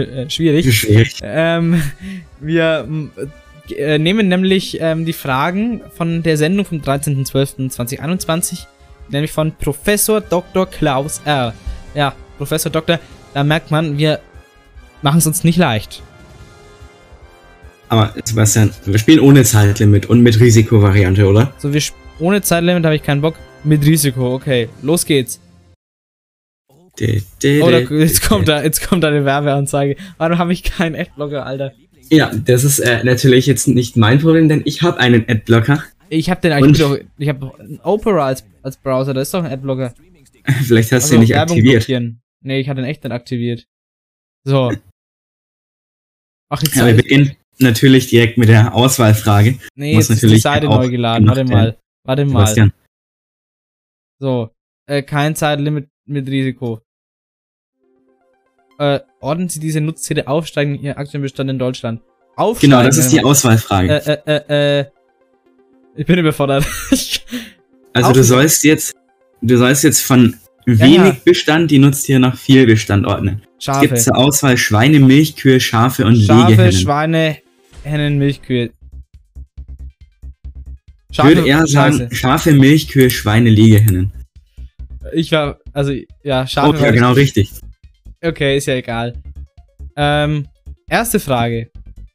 Wir nehmen nämlich die Fragen von der Sendung vom 13.12.2021, nämlich von Professor Dr. Klaus R. Ja, Professor Dr., da merkt man, wir machen es uns nicht leicht. Aber Sebastian, wir spielen ohne Zeitlimit und mit Risikovariante, oder? So, ohne Zeitlimit habe ich keinen Bock. Mit Risiko, okay. Los geht's. Jetzt kommt da eine Werbeanzeige. Warum habe ich keinen Adblocker, Alter? Ja, das ist natürlich jetzt nicht mein Problem, denn ich habe einen Adblocker. Ich habe einen Opera als Browser, da ist doch ein Adblocker. Vielleicht hast du ihn nicht aktiviert. Nee, ich hatte ihn echt nicht aktiviert. So. Ach, ja, wir beginnen natürlich direkt mit der Auswahlfrage. Nee, jetzt ist die Seite neu geladen. Warte mal. Sebastian. So. Kein Zeitlimit mit Risiko. Ordnen Sie diese Nutztiere aufsteigen in Ihren Aktienbestand in Deutschland. Aufsteigen? Genau, das ist die Auswahlfrage. Ich bin überfordert. Also du sollst jetzt von wenig Bestand die Nutztiere nach viel Bestand ordnen. Schafe. Es gibt zur Auswahl Schweine, Milchkühe, Schafe und Legehennen. Legehennen. Schweine, Hennen, Milchkühe. Ich würde eher sagen, Schafe, Milchkühe, Schweine, Legehennen. Schafe. Okay, ja, genau richtig. Okay, ist ja egal. Erste Frage.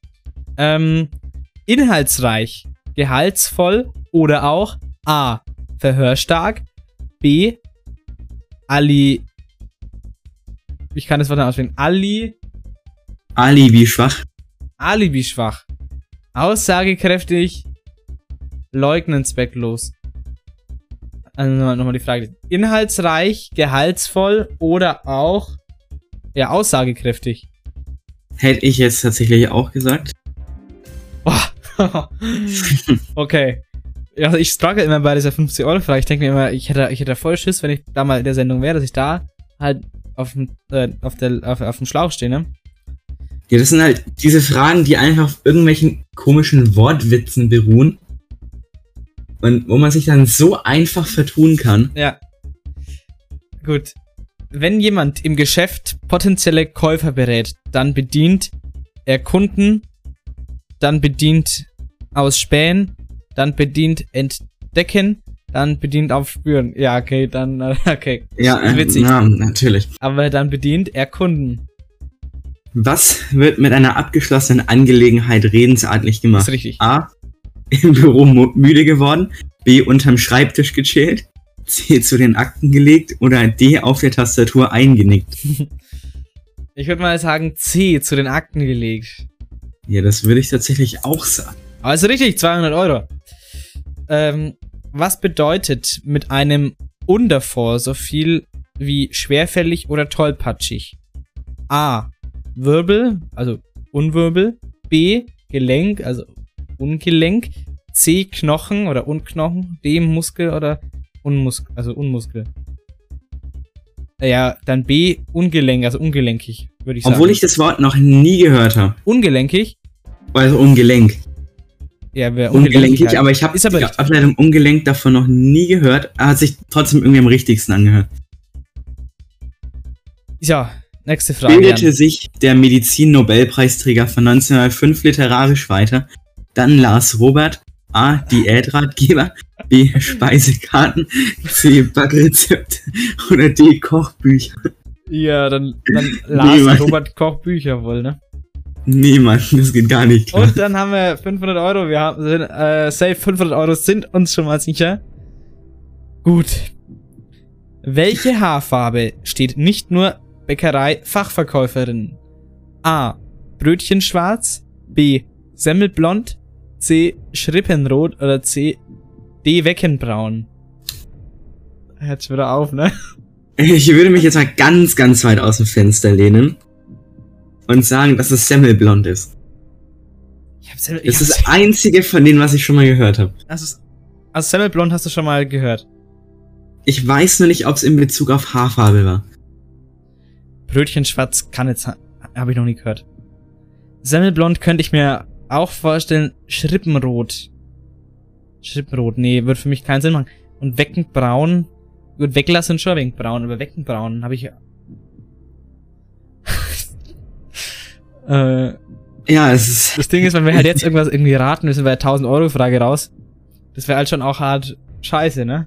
Inhaltsreich, gehaltsvoll oder auch A. Verhörstark, B. Ich kann das Wort nicht aussprechen. Alibi-schwach. Alibi-schwach. Aussagekräftig, leugnenswecklos. Also nochmal die Frage. Inhaltsreich, gehaltsvoll oder auch aussagekräftig. Hätte ich jetzt tatsächlich auch gesagt. Okay. Ja, ich struggle immer bei dieser 50-Euro-Frage. Ich denke mir immer, ich hätte voll Schiss, wenn ich da mal in der Sendung wäre, dass ich da halt auf dem Schlauch stehe, ne? Ja, das sind halt diese Fragen, die einfach auf irgendwelchen komischen Wortwitzen beruhen. Und wo man sich dann so einfach vertun kann. Ja. Gut. Wenn jemand im Geschäft potenzielle Käufer berät, dann bedient er Kunden, dann bedient ausspähen, dann bedient entdecken, dann bedient aufspüren. Ja, okay, dann, okay. Ja, witzig. Ja, natürlich. Aber dann bedient er Kunden. Was wird mit einer abgeschlossenen Angelegenheit redensartlich gemacht? Das ist richtig. A. Im Büro müde geworden. B. Unterm Schreibtisch gechillt. C. Zu den Akten gelegt. Oder D. Auf der Tastatur eingenickt. Ich würde mal sagen C. Zu den Akten gelegt. Ja, das würde ich tatsächlich auch sagen. Also richtig, 200 Euro. Was bedeutet mit einem Unterfonds so viel wie schwerfällig oder tollpatschig? A. Wirbel, also Unwirbel. B. Gelenk, also Ungelenk. C. Knochen oder Unknochen. D. Muskel oder Unmuskel, also Unmuskel. Ja, dann B. Ungelenk, also ungelenkig, würde ich sagen. Obwohl ich das Wort noch nie gehört habe. Ungelenkig? Also Ungelenk. Ja, wäre ungelenkig, aber ich habe die Ableitung Ungelenk davon noch nie gehört. Er hat sich trotzdem irgendwie am richtigsten angehört. Ja, nächste Frage. Bildete sich der Medizin-Nobelpreisträger von 1905 literarisch weiter, dann Lars Robert A. Diätratgeber, B. Speisekarten, C. Backrezepte oder D. Kochbücher. Ja, dann las Robert Koch Bücher wohl, ne? Niemand, das geht gar nicht klar. Und dann haben wir 500 Euro. Wir haben safe 500 Euro sind uns schon mal sicher. Gut. Welche Haarfarbe steht nicht nur Bäckerei-Fachverkäuferin? A. Brötchenschwarz, B. Semmelblond, C. Schrippenrot oder C. D. Weckenbraun. Hört schon wieder auf, ne? Ich würde mich jetzt mal ganz, ganz weit aus dem Fenster lehnen und sagen, dass es Semmelblond ist. Das ist das einzige von denen, was ich schon mal gehört habe. Also Semmelblond hast du schon mal gehört. Ich weiß nur nicht, ob es in Bezug auf Haarfarbe war. Brötchenschwarz habe ich noch nie gehört. Semmelblond könnte ich mir auch vorstellen. Schrippenrot. Schrippenrot, nee, würde für mich keinen Sinn machen. Und Weckenbraun. Gut, Weckler sind schon wegen braun, aber Weckenbraun habe ich ja, es ist... Das Ding ist, wenn wir halt jetzt irgendwas irgendwie raten, müssen wir 1000 Euro Frage raus. Das wäre halt schon auch hart scheiße, ne?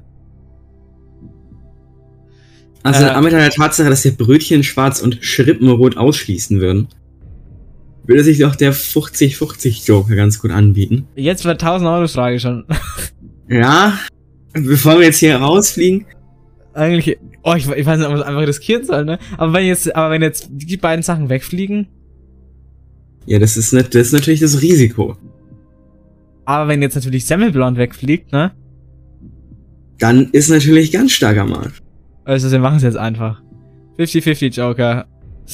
Also, mit der Tatsache, dass wir Brötchenschwarz und Schrippenrot ausschließen würden, würde sich doch der 50-50 Joker ganz gut anbieten. Jetzt wird 1000 Euro Frage schon. Ja, bevor wir jetzt hier rausfliegen. Eigentlich, ich weiß nicht, ob wir es einfach riskieren sollen, ne? Aber wenn jetzt die beiden Sachen wegfliegen. Ja, das ist natürlich das Risiko. Aber wenn jetzt natürlich Semmelblond wegfliegt, ne? Dann ist natürlich ganz stark am Arsch. Also, wir machen es jetzt einfach. 50-50 Joker.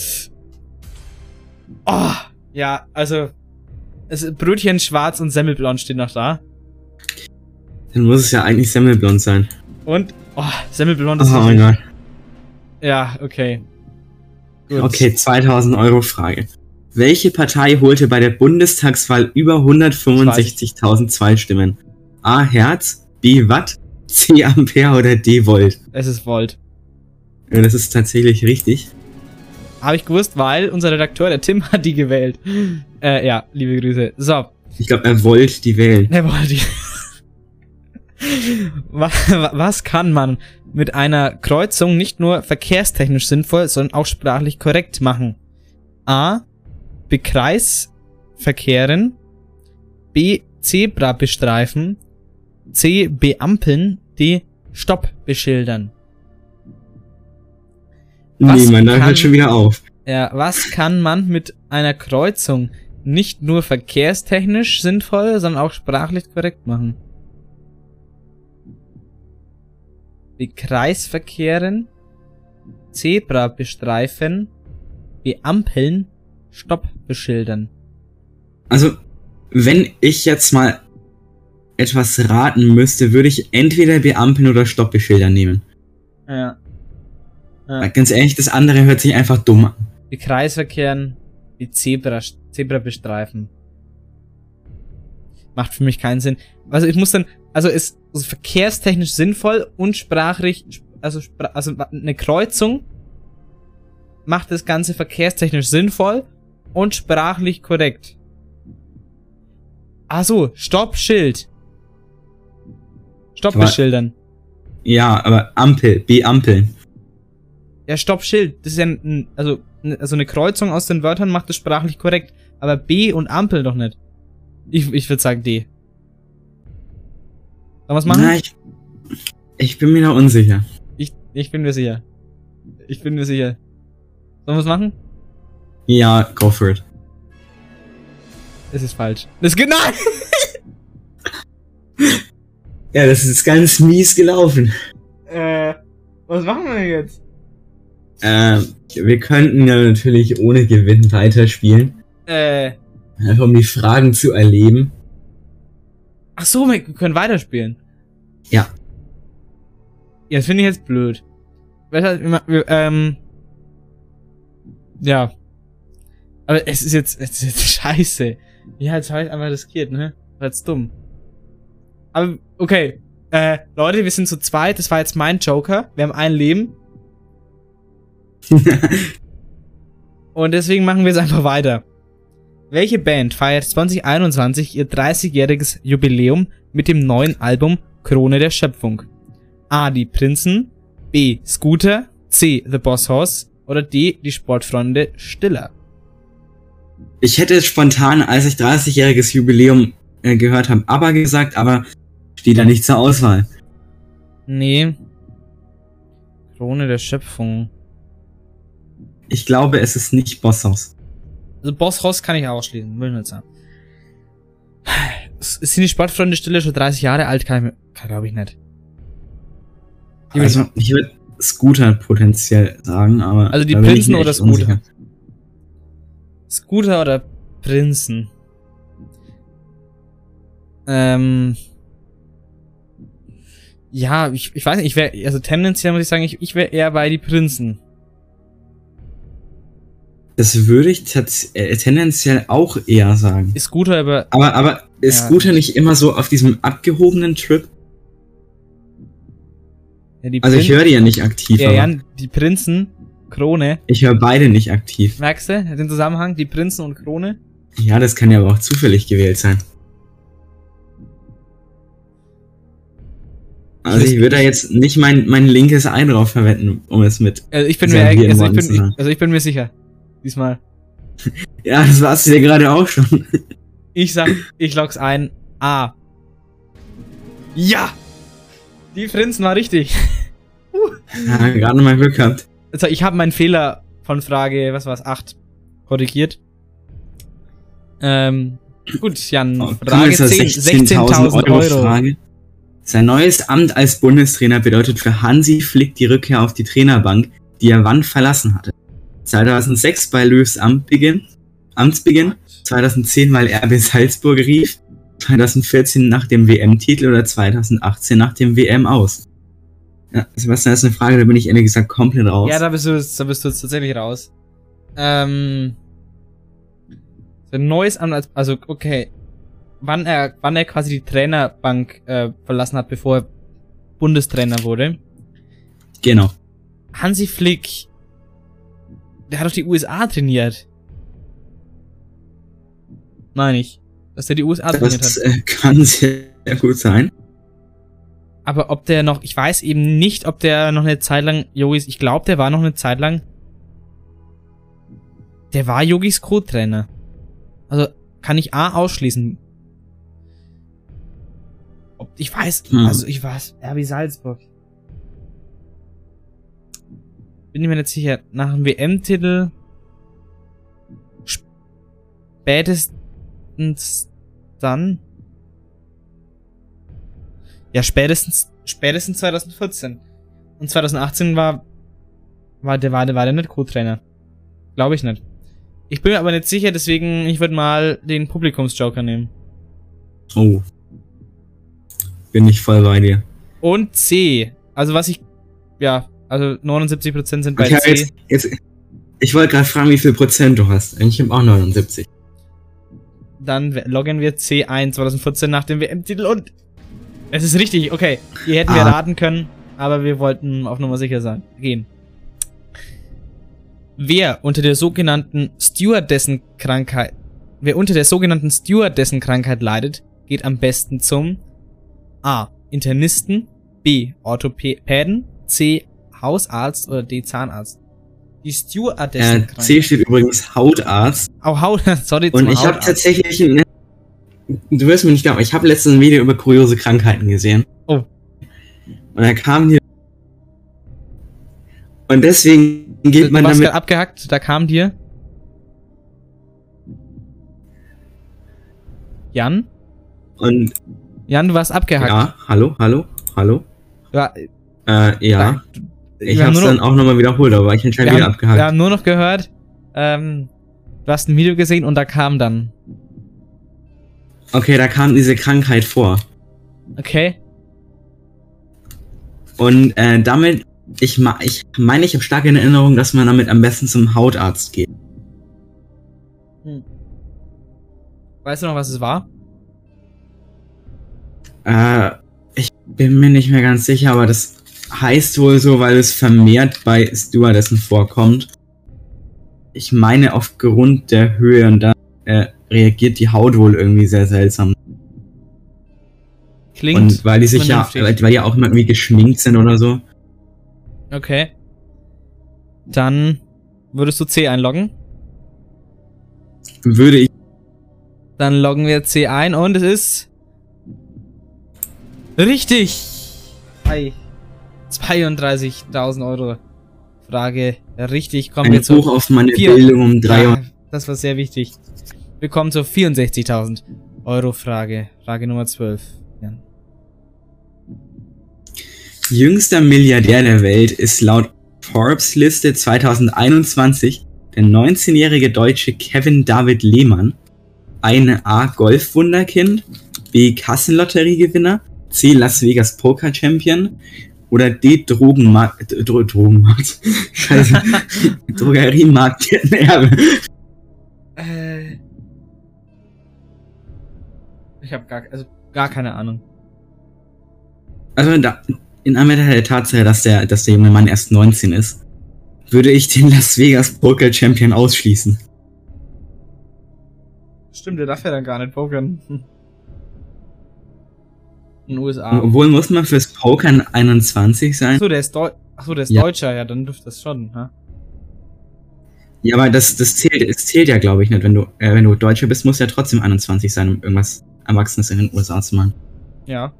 Oh, ja, also, Brötchen schwarz und Semmelblond steht noch da. Dann muss es ja eigentlich Semmelblond sein. Und, Semmelblond ist... Oh mein Gott. Ja, okay. Gut. Okay, 2000 Euro Frage. Welche Partei holte bei der Bundestagswahl über 165.000 Zweitstimmen? A. Herz, B. Watt, C. Ampere oder D. Volt? Es ist Volt. Ja, das ist tatsächlich richtig. Habe ich gewusst, weil unser Redakteur, der Tim, hat die gewählt. Ja, liebe Grüße. So. Ich glaube, er wollte die wählen. Er wollte die. Was kann man mit einer Kreuzung nicht nur verkehrstechnisch sinnvoll, sondern auch sprachlich korrekt machen? A. Bekreisverkehren, B. Zebra bestreifen, C. Beampeln, D. Stopp beschildern. Nee, man hört schon wieder auf. Ja, was kann man mit einer Kreuzung nicht nur verkehrstechnisch sinnvoll, sondern auch sprachlich korrekt machen? Bekreisverkehren, Zebra bestreifen, Beampeln, Stopp beschildern. Also, wenn ich jetzt mal etwas raten müsste, würde ich entweder Beampeln oder Stopp beschildern nehmen. Ja. Weil ganz ehrlich, das andere hört sich einfach dumm an. Die Kreisverkehren, die Zebra bestreifen. Macht für mich keinen Sinn. Also ich muss dann, ist verkehrstechnisch sinnvoll und sprachlich, also eine Kreuzung macht das Ganze verkehrstechnisch sinnvoll und sprachlich korrekt. Ach so, Stopp-Schild. Stopp beschildern. Ja, aber Beampeln. Ja, Stopp-Schild. Das ist ja also eine Kreuzung aus den Wörtern macht es sprachlich korrekt. Aber B und Ampel doch nicht. Ich würde sagen D. Sollen wir es machen? Na, ich bin mir noch unsicher. Ich bin mir sicher. Sollen wir es machen? Ja, go for it. Es ist falsch. Das geht nein! Ja, das ist ganz mies gelaufen. Was machen wir jetzt? Wir könnten ja natürlich ohne Gewinn weiterspielen. Einfach um die Fragen zu erleben. Ach so, wir können weiterspielen. Ja. Ja, das finde ich jetzt blöd. Ja. Aber es ist jetzt scheiße. Ja, jetzt habe ich einfach riskiert, ne? War jetzt dumm. Aber, okay. Leute, wir sind zu zweit. Das war jetzt mein Joker. Wir haben ein Leben. Und deswegen machen wir jetzt einfach weiter. Welche Band feiert 2021 ihr 30-jähriges Jubiläum mit dem neuen Album Krone der Schöpfung? A. Die Prinzen, B. Scooter, C. The Boss Horse oder D. Die Sportfreunde Stiller? Ich hätte spontan, als ich 30-jähriges Jubiläum gehört habe, ABBA gesagt, aber steht da nicht zur Auswahl. Nee. Krone der Schöpfung. Ich glaube, es ist nicht Boss Horse. Also Boss Horse kann ich ausschließen, will ich nicht sagen. Sind die Sportfreunde Stiller schon 30 Jahre alt? Glaube ich nicht. Also, ich würde Scooter potenziell sagen, aber... Also die Prinzen oder Scooter? Unsicher. Scooter oder Prinzen? Ja, ich weiß nicht, also tendenziell muss ich sagen, ich wäre eher bei die Prinzen. Das würde ich tendenziell auch eher sagen. Ist Scooter aber ist Scooter nicht immer so auf diesem abgehobenen Trip? Ja, also ich höre die ja nicht aktiv. Ja, Jan, die Prinzen, Krone. Ich höre beide nicht aktiv. Merkst du den Zusammenhang, die Prinzen und Krone? Ja, das kann ja aber auch zufällig gewählt sein. Also ich würde da jetzt nicht mein linkes Ei drauf verwenden, um es mit... ich bin mir sicher. Diesmal. Ja, das war's ja gerade auch schon. Ich log's ein. A. Ja! Die Prinzen war richtig. Ja, gerade noch mal Glück gehabt. Also ich habe meinen Fehler von Frage, 8 korrigiert. Gut, Jan, Frage 10, 16.000 Euro. Frage. Sein neues Amt als Bundestrainer bedeutet für Hansi Flick die Rückkehr auf die Trainerbank, die er wann verlassen hatte. 2006 bei Löws Amtsbeginn, 2010 weil RB Salzburg rief, 2014 nach dem WM-Titel oder 2018 nach dem WM-Aus. Ja, Sebastian, das ist eine Frage, da bin ich ehrlich gesagt komplett raus. Ja, da bist du jetzt tatsächlich raus. Sein neues Amt, also okay, wann er quasi die Trainerbank verlassen hat, bevor er Bundestrainer wurde. Genau. Hansi Flick, der hat doch die USA trainiert. Meine ich. Dass der die USA trainiert hat. Das kann sehr gut sein. Aber ob der noch, ich weiß eben nicht, ob der noch eine Zeit lang, ich glaube, der war noch eine Zeit lang, der war Jogis Co-Trainer. Also, kann ich A ausschließen. Ich weiß, RB Salzburg. Bin ich mir nicht sicher. Nach dem WM-Titel spätestens dann. Ja, spätestens 2014. Und 2018 war der nicht Co-Trainer. Glaube ich nicht. Ich bin mir aber nicht sicher, deswegen, ich würde mal den Publikumsjoker nehmen. Oh. Bin ich voll bei dir. Und C. Also also 79% sind bei C. Ich wollte gerade fragen, wie viel Prozent du hast. Ich habe auch 79. Dann loggen wir C ein, 2014 nach dem WM-Titel und es ist richtig, okay. Hier hätten wir raten können, aber wir wollten auf Nummer sicher gehen. Wer unter der sogenannten Stewardessen-Krankheit leidet, geht am besten zum A. Internisten, B. Orthopäden, C. Hausarzt oder D. Zahnarzt. Die Stewardessen-Krankheit. C steht übrigens Hautarzt. Sorry. Und ich habe tatsächlich, du wirst mir nicht glauben, ich habe letztens ein Video über kuriose Krankheiten gesehen. Oh. Und da kam hier. Und deswegen geht man damit. Abgehackt, da kam dir. Jan? Und. Jan, du warst abgehackt. Ja, hallo. Ja. Ja. Ich hab's dann auch nochmal wiederholt, aber ich anscheinend wieder abgehakt. Wir haben nur noch gehört, du hast ein Video gesehen und da kam dann. Okay, da kam diese Krankheit vor. Okay. Und damit, ich meine, ich habe stark in Erinnerung, dass man damit am besten zum Hautarzt geht. Weißt du noch, was es war? Ich bin mir nicht mehr ganz sicher, aber das heißt wohl so, weil es vermehrt bei Stewardessen vorkommt. Ich meine, aufgrund der Höhe und da reagiert die Haut wohl irgendwie sehr seltsam. Klingt Und weil die sich vernünftig. weil die auch immer irgendwie geschminkt sind oder so. Okay. Dann würdest du C einloggen? Würde ich. Dann loggen wir C ein und es ist richtig. Hi. 32.000 Euro. Frage richtig. Kommen Ein wir zu Buch auf meine Bildung um 3 Uhr. Ja, das war sehr wichtig. Wir kommen zur 64.000 Euro Frage. Frage Nummer 12. Ja. Jüngster Milliardär der Welt ist laut Forbes Liste 2021 der 19-jährige Deutsche Kevin David Lehmann. Eine A. Golfwunderkind, B. Kassenlotteriegewinner, C. Las Vegas Poker Champion oder D. Drogenmarkt. Scheiße. Drogeriemarkt Erbe. Ich habe gar keine Ahnung. Also in Anbetracht der Tatsache, dass der junge Mann erst 19 ist, würde ich den Las Vegas Poker Champion ausschließen. Stimmt, der darf ja dann gar nicht pokern. In den USA. Obwohl muss man fürs Pokern 21 sein. Achso, der ist Ja. Deutscher, ja, dann dürfte das schon, ha? Ja, aber das zählt ja, glaube ich, nicht. Wenn du Deutscher bist, musst du ja trotzdem 21 sein, um irgendwas Erwachsenes in den USA zu machen. Ja.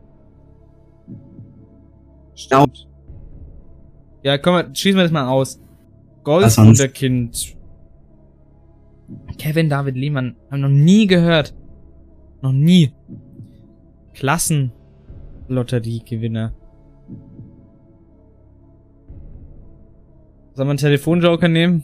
Stimmt. Ja, komm, schießen wir das mal aus. Golfwunderkind. Kevin David Lehmann. Haben noch nie gehört. Noch nie. Klassenlotteriegewinner. Soll man einen Telefonjoker nehmen?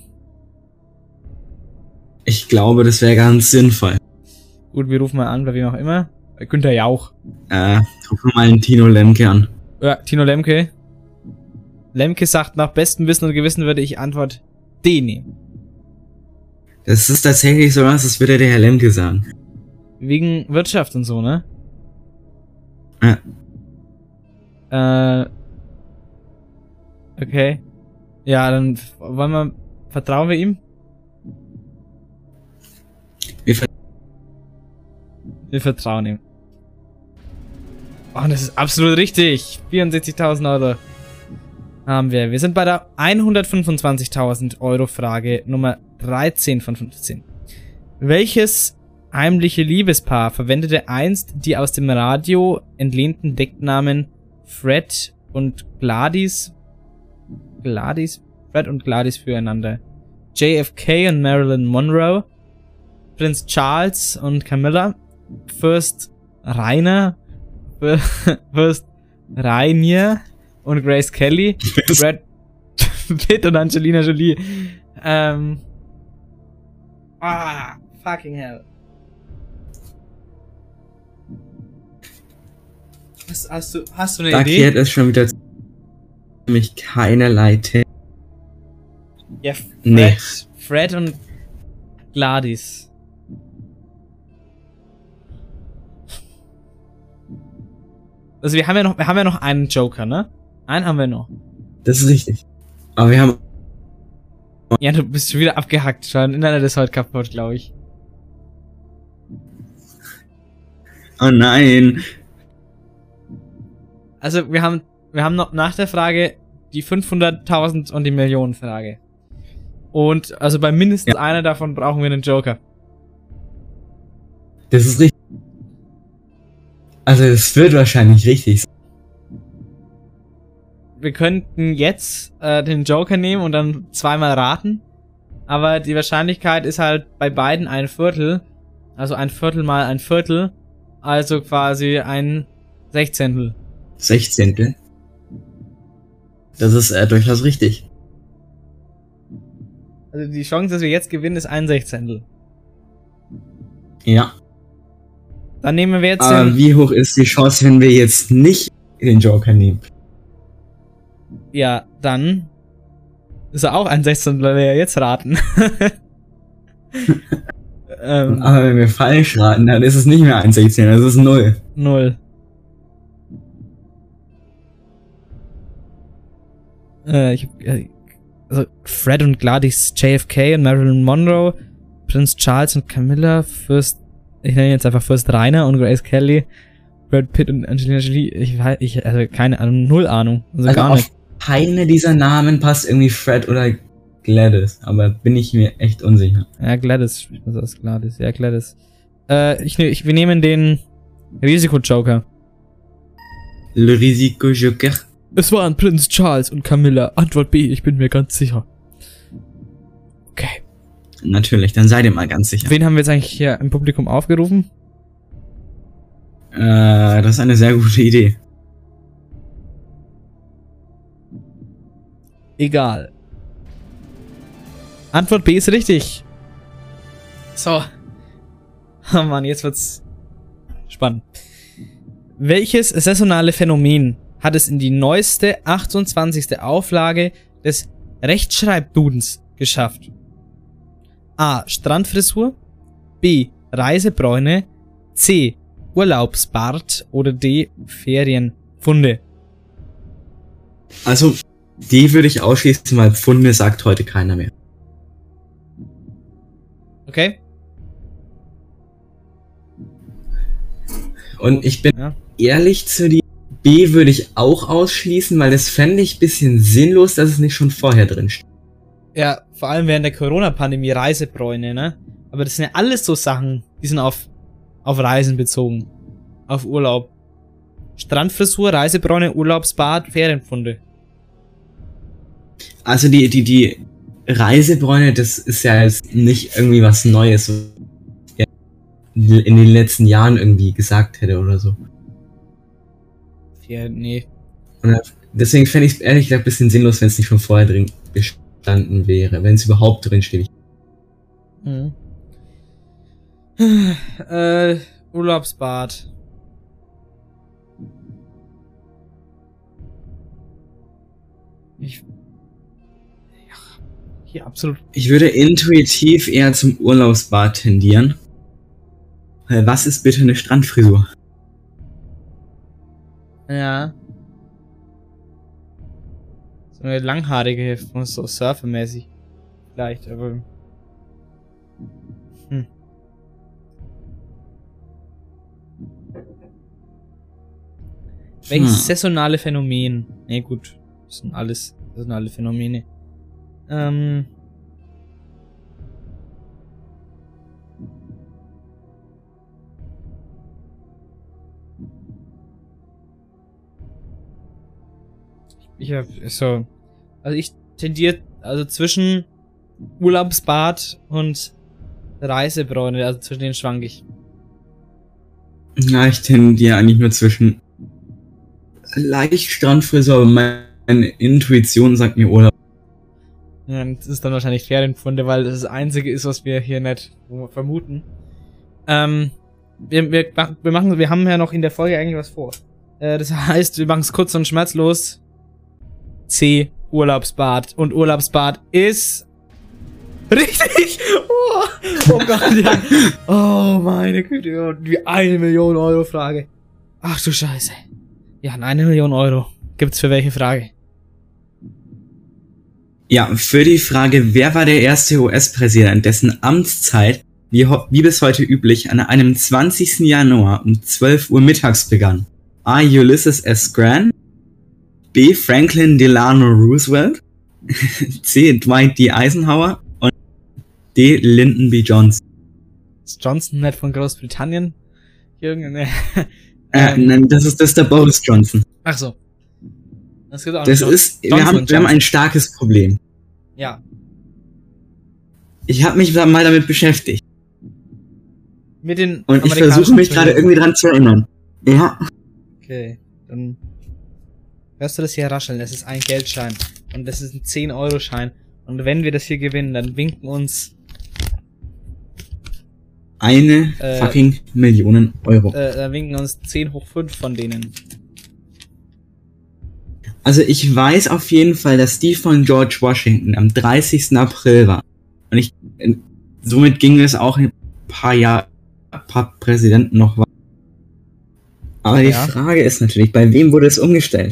Ich glaube, das wäre ganz sinnvoll. Gut, wir rufen mal an, bei wem auch immer. Bei Günther Jauch. Ruf mal einen Tino Lemke an. Ja, Tino Lemke. Lemke sagt, nach bestem Wissen und Gewissen würde ich Antwort D nehmen. Das ist tatsächlich so was, das würde der Herr Lemke sagen. Wegen Wirtschaft und so, ne? Ja. Okay. Ja, dann vertrauen wir ihm? Wir vertrauen ihm. Oh, das ist absolut richtig. 64.000 Euro haben wir. Wir sind bei der 125.000 Euro Frage Nummer 13 von 15. Welches heimliche Liebespaar verwendete einst die aus dem Radio entlehnten Decknamen Fred und Gladys füreinander? JFK und Marilyn Monroe, Prinz Charles und Camilla, Fürst Rainer, Fürst Rainier und Grace Kelly, Brad Pitt und Angelina Jolie. Fucking hell. Hast du eine Da Idee? kehrt es schon wieder mich keinerlei Ja, Nee. Fred und Gladys. Also wir haben ja noch einen Joker, ne? Einen haben wir noch. Das ist richtig. Aber wir haben... Ja, du bist schon wieder abgehackt. Dein Internet ist heute kaputt, glaube ich. Oh nein. Also wir haben noch nach der Frage die 500.000 und die Millionenfrage. Und also bei mindestens einer davon brauchen wir einen Joker. Das ist richtig. Also es wird wahrscheinlich richtig sein. Wir könnten jetzt den Joker nehmen und dann zweimal raten. Aber die Wahrscheinlichkeit ist halt bei beiden ein Viertel. Also ein Viertel mal ein Viertel. Also quasi ein Sechzehntel. Sechzehntel? Das ist durchaus richtig. Also die Chance, dass wir jetzt gewinnen, ist ein Sechzehntel. Ja. Dann nehmen wir jetzt Aber wie hoch ist die Chance, wenn wir jetzt nicht den Joker nehmen? Ja, dann ist er auch ein Sechzehntel, weil wir ja jetzt raten. Aber wenn wir falsch raten, dann ist es nicht mehr ein Sechzehntel, das ist 0. 0. Also Fred und Gladys, JFK und Marilyn Monroe, Prinz Charles und Camilla, ich nenne jetzt einfach Fürst Rainer und Grace Kelly Brad Pitt und Angelina Jolie, also keine Ahnung, null Ahnung. Also gar nicht. Keine dieser Namen passt irgendwie Fred oder Gladys, aber bin ich mir echt unsicher. Ja, Gladys, was ist Gladys? Ja, Gladys. Wir nehmen den Risiko-Joker. Le Risiko-Joker. Es waren Prinz Charles und Camilla. Antwort B, ich bin mir ganz sicher. Okay. Natürlich, dann seid ihr mal ganz sicher. Wen haben wir jetzt eigentlich hier im Publikum aufgerufen? Das ist eine sehr gute Idee. Egal. Antwort B ist richtig. So. Oh Mann, jetzt wird's spannend. Welches saisonale Phänomen hat es in die neueste 28. Auflage des Rechtschreibdudens geschafft? A. Strandfrisur, B. Reisebräune, C. Urlaubsbart oder D. Ferienfunde? Also, die würde ich ausschließen, weil Funde sagt heute keiner mehr. Okay. Und ich bin ehrlich zu dir, B würde ich auch ausschließen, weil das fände ich ein bisschen sinnlos, dass es nicht schon vorher drin steht. Ja, vor allem während der Corona-Pandemie Reisebräune, ne? Aber das sind ja alles so Sachen, die sind auf Reisen bezogen. Auf Urlaub. Strandfrisur, Reisebräune, Urlaubsbad, Ferienfunde. Also die Reisebräune, das ist ja jetzt nicht irgendwie was Neues, was ich in den letzten Jahren irgendwie gesagt hätte oder so. Ja, nee. Und deswegen fände ich es ehrlich gesagt ein bisschen sinnlos, wenn es nicht schon vorher drin gestanden wäre, wenn es überhaupt drin steht. Mhm. Urlaubsbad. Hier absolut. Ich würde intuitiv eher zum Urlaubsbad tendieren. Weil was ist bitte eine Strandfrisur? Ja. So eine langhaarige, so surfermäßig. Vielleicht, aber. Welches saisonale Phänomen? Ne, gut. Das sind alles saisonale Phänomene. Ich tendiere zwischen Urlaubsbad und Reisebräune, also zwischen denen schwank ich. Ja, ich tendiere eigentlich nur zwischen leicht Strandfrisur, aber meine Intuition sagt mir Urlaub. Ja, das ist dann wahrscheinlich Ferienfunde, weil das Einzige ist, was wir hier nicht vermuten. Wir haben ja noch in der Folge eigentlich was vor. Das heißt, wir machen es kurz und schmerzlos. C. Urlaubsbad. Und Urlaubsbad ist richtig! Oh Gott, ja. Oh meine Güte, die 1 Million Euro Frage. Ach du Scheiße. Ja, 1 Million Euro. Gibt's für welche Frage? Ja, für die Frage, wer war der erste US-Präsident, dessen Amtszeit, wie bis heute üblich, an einem 20. Januar um 12 Uhr mittags begann? A. Ulysses S. Grant, B. Franklin Delano Roosevelt, C. Dwight D. Eisenhower und D. Lyndon B. Johnson. Ist Johnson nicht von Großbritannien? Irgendeine. Nein, das ist der Boris Johnson. Ach so. Das gibt auch wir haben ein starkes Problem. Ja. Ich habe mich mal damit beschäftigt. Mit den und ich versuche mich gerade irgendwie dran zu erinnern. Ja. Okay, dann hörst du das hier rascheln. Das ist ein Geldschein. Und das ist ein 10-Euro-Schein. Und wenn wir das hier gewinnen, dann winken uns eine fucking Millionen Euro. Dann winken uns 10 hoch 5 von denen. Also ich weiß auf jeden Fall, dass die von George Washington am 30. April war. Und somit ging es auch ein paar Präsidenten noch weiter. Aber die Frage ist natürlich, bei wem wurde es umgestellt?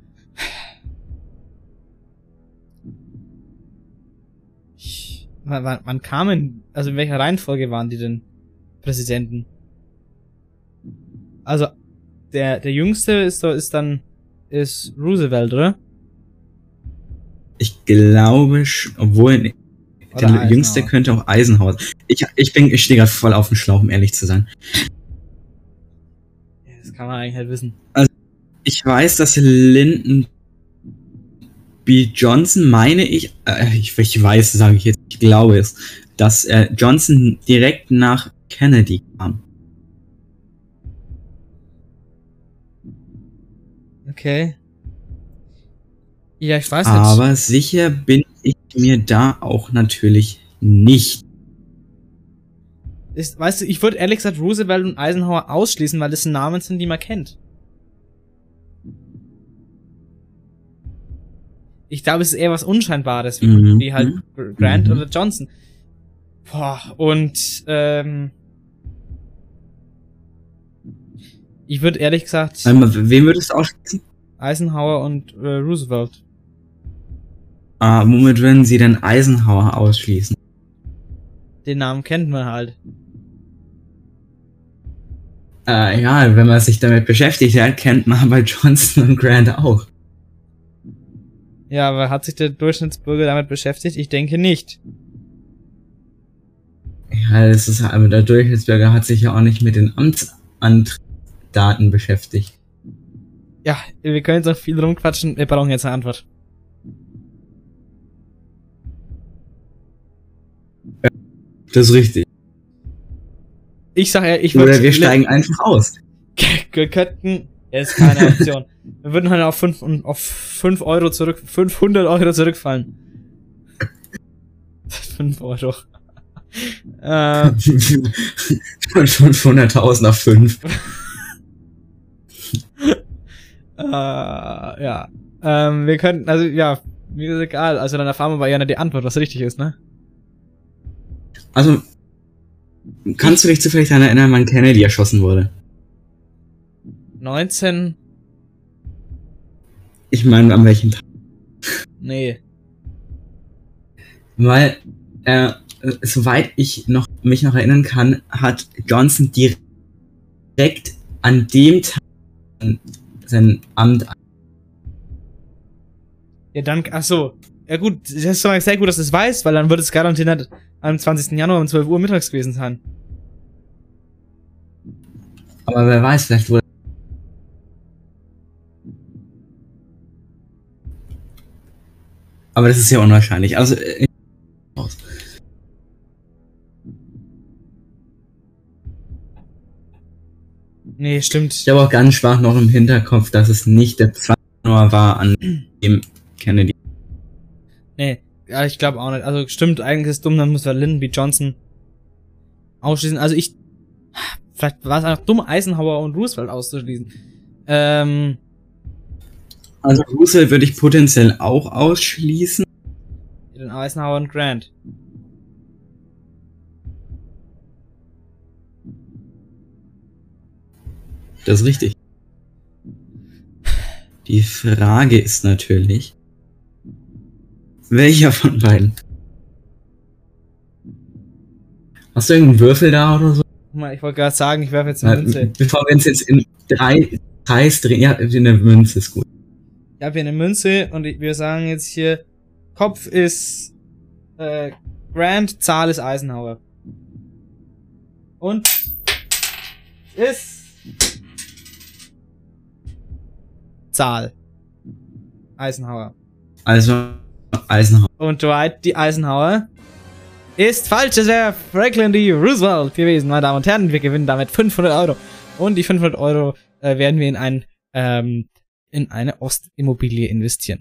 Wann kamen, also in welcher Reihenfolge waren die denn Präsidenten? Also der Jüngste ist Roosevelt, oder? Ich glaube, obwohl Oder der Jüngste könnte auch Eisenhower. Ich stehe gerade voll auf dem Schlauch, um ehrlich zu sein. Das kann man eigentlich halt wissen. Also, ich weiß, dass Lyndon B. Johnson, meine ich weiß, sage ich jetzt, ich glaube es, dass Johnson direkt nach Kennedy kam. Okay. Ja, ich weiß nicht. Aber sicher bin ich mir da auch natürlich nicht. Weißt du, ich würde ehrlich gesagt Roosevelt und Eisenhower ausschließen, weil das Namen sind, die man kennt. Ich glaube, es ist eher was Unscheinbares, wie halt Grant oder Johnson. Boah, und ich würde ehrlich gesagt... Wen würdest du ausschließen? Eisenhower und Roosevelt. Womit würden sie denn Eisenhower ausschließen? Den Namen kennt man halt. Ja, wenn man sich damit beschäftigt hat, kennt man bei Johnson und Grant auch. Ja, aber hat sich der Durchschnittsbürger damit beschäftigt? Ich denke nicht. Ja, aber der Durchschnittsbürger hat sich ja auch nicht mit den Amtsdaten beschäftigt. Ja, wir können jetzt noch viel rumquatschen, wir brauchen jetzt eine Antwort. Ja, das ist richtig. Ich sag ja, ich würde... Oder wir steigen einfach aus. Wir könnten... Ist keine Option. Wir würden halt auf 500 Euro zurückfallen. 5 Euro. Von 500.000 auf 5. Ja. Wir könnten, also ja, mir ist egal. Also dann erfahren wir bei Jana die Antwort, was richtig ist, ne? Also, kannst du dich zufällig daran erinnern, wann Kennedy erschossen wurde? 19... Ich meine, an welchem Tag? Nee. Weil, soweit ich mich noch erinnern kann, hat Johnson direkt an dem Tag sein Amt. Ja, dann, ach so. Ja gut, das ist doch sehr gut, dass du es weißt, weil dann wird es garantiert am 20. Januar um 12 Uhr mittags gewesen sein. Aber wer weiß, vielleicht wurde... Aber das ist ja unwahrscheinlich. Also, nee, stimmt. Ich habe auch ganz schwach noch im Hinterkopf, dass es nicht der 2. Januar war, an dem Kennedy. Nee, ja, ich glaube auch nicht. Also stimmt, eigentlich ist es dumm, dann muss Lyndon B. Johnson ausschließen. Also vielleicht war es einfach dumm, Eisenhower und Roosevelt auszuschließen. Also Roosevelt würde ich potenziell auch ausschließen. Den Eisenhower und Grant. Das ist richtig. Die Frage ist natürlich, welcher von beiden? Hast du irgendeinen Würfel da oder so? Ich wollte gerade sagen, ich werfe jetzt eine Münze. Bevor wir uns jetzt in 3 Kreis drehen, ja, eine Münze ist gut. Ich habe hier eine Münze und wir sagen jetzt hier, Kopf ist Grant, Zahl ist Eisenhower. Und ist Zahl Eisenhower. Also Eisenhower. Und Dwight D. Eisenhower ist falsch. Es wäre Franklin D. Roosevelt gewesen, meine Damen und Herren. Wir gewinnen damit 500 Euro. Und die 500 Euro werden wir in eine Ostimmobilie investieren.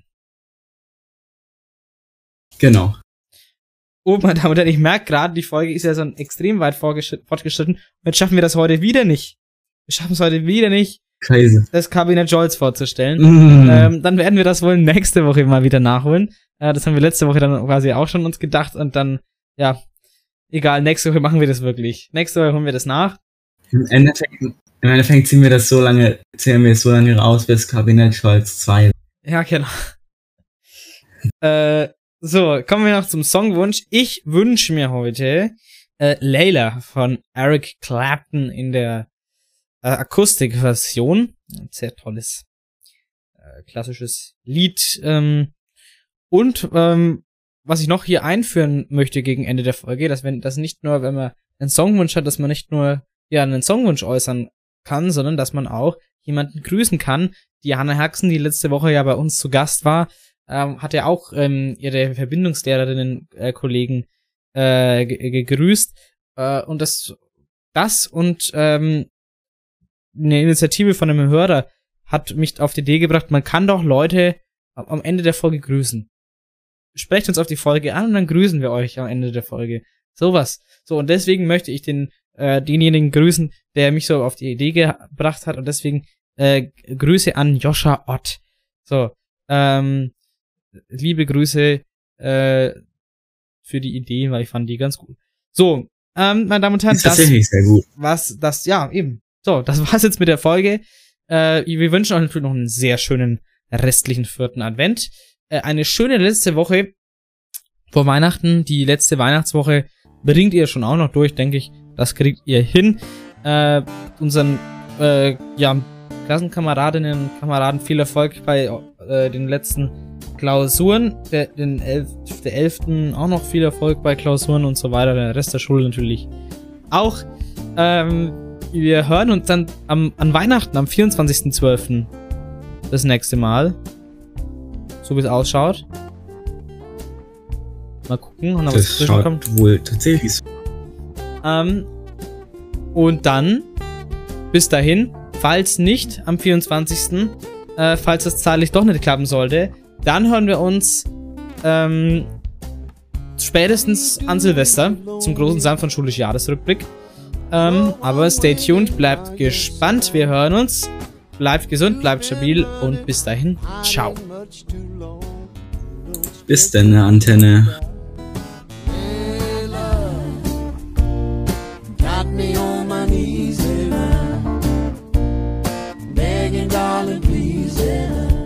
Genau. Oh, meine Damen und Herren, ich merke gerade, die Folge ist ja so extrem weit fortgeschritten. Und jetzt schaffen wir das heute wieder nicht. Wir schaffen es heute wieder nicht, Crazy. das Kabinett Scholz vorzustellen. Dann werden wir das wohl nächste Woche mal wieder nachholen. Das haben wir letzte Woche dann quasi auch schon uns gedacht. Und dann, ja, egal, nächste Woche machen wir das wirklich. Nächste Woche holen wir das nach. Im Endeffekt ziehen wir so lange raus, bis Kabinett Scholz 2. Ja, genau. So, kommen wir noch zum Songwunsch. Ich wünsche mir heute Layla von Eric Clapton in der Akustikversion. Ein sehr tolles, klassisches Lied. Und was ich noch hier einführen möchte gegen Ende der Folge, dass nicht nur, wenn man einen Songwunsch hat, dass man nicht nur einen Songwunsch äußern kann, sondern dass man auch jemanden grüßen kann. Die Hannah Herxen, die letzte Woche ja bei uns zu Gast war, hat ja auch ihre Verbindungslehrerinnen, Kollegen gegrüßt. Und das und eine Initiative von einem Hörer hat mich auf die Idee gebracht, man kann doch Leute am Ende der Folge grüßen. Sprecht uns auf die Folge an und dann grüßen wir euch am Ende der Folge. Sowas. So, und deswegen möchte ich denjenigen grüßen, der mich so auf die Idee gebracht hat, und deswegen Grüße an Joscha Ott. So, liebe Grüße für die Idee, weil ich fand die ganz gut. So, meine Damen und Herren, ist tatsächlich sehr gut. Ja, eben. So, das war's jetzt mit der Folge. Wir wünschen euch natürlich noch einen sehr schönen restlichen 4. Advent. Eine schöne letzte Woche vor Weihnachten. Die letzte Weihnachtswoche bringt ihr schon auch noch durch, denke ich. Das kriegt ihr hin. Unseren Klassenkameradinnen und Kameraden viel Erfolg bei den letzten Klausuren. Der 11. auch noch viel Erfolg bei Klausuren und so weiter. Der Rest der Schule natürlich auch. Wir hören uns dann an Weihnachten, am 24.12. das nächste Mal. So wie es ausschaut. Mal gucken. Und das schaut kommt. Wohl tatsächlich so. Und dann, bis dahin, falls nicht am 24., falls das zeitlich doch nicht klappen sollte, dann hören wir uns spätestens an Silvester zum großen sanftmutschulischen Jahresrückblick. Aber stay tuned, bleibt gespannt, wir hören uns. Bleibt gesund, bleibt stabil und bis dahin, ciao. Bis dann, Antenne. Got me on my knees, begging, darling, please.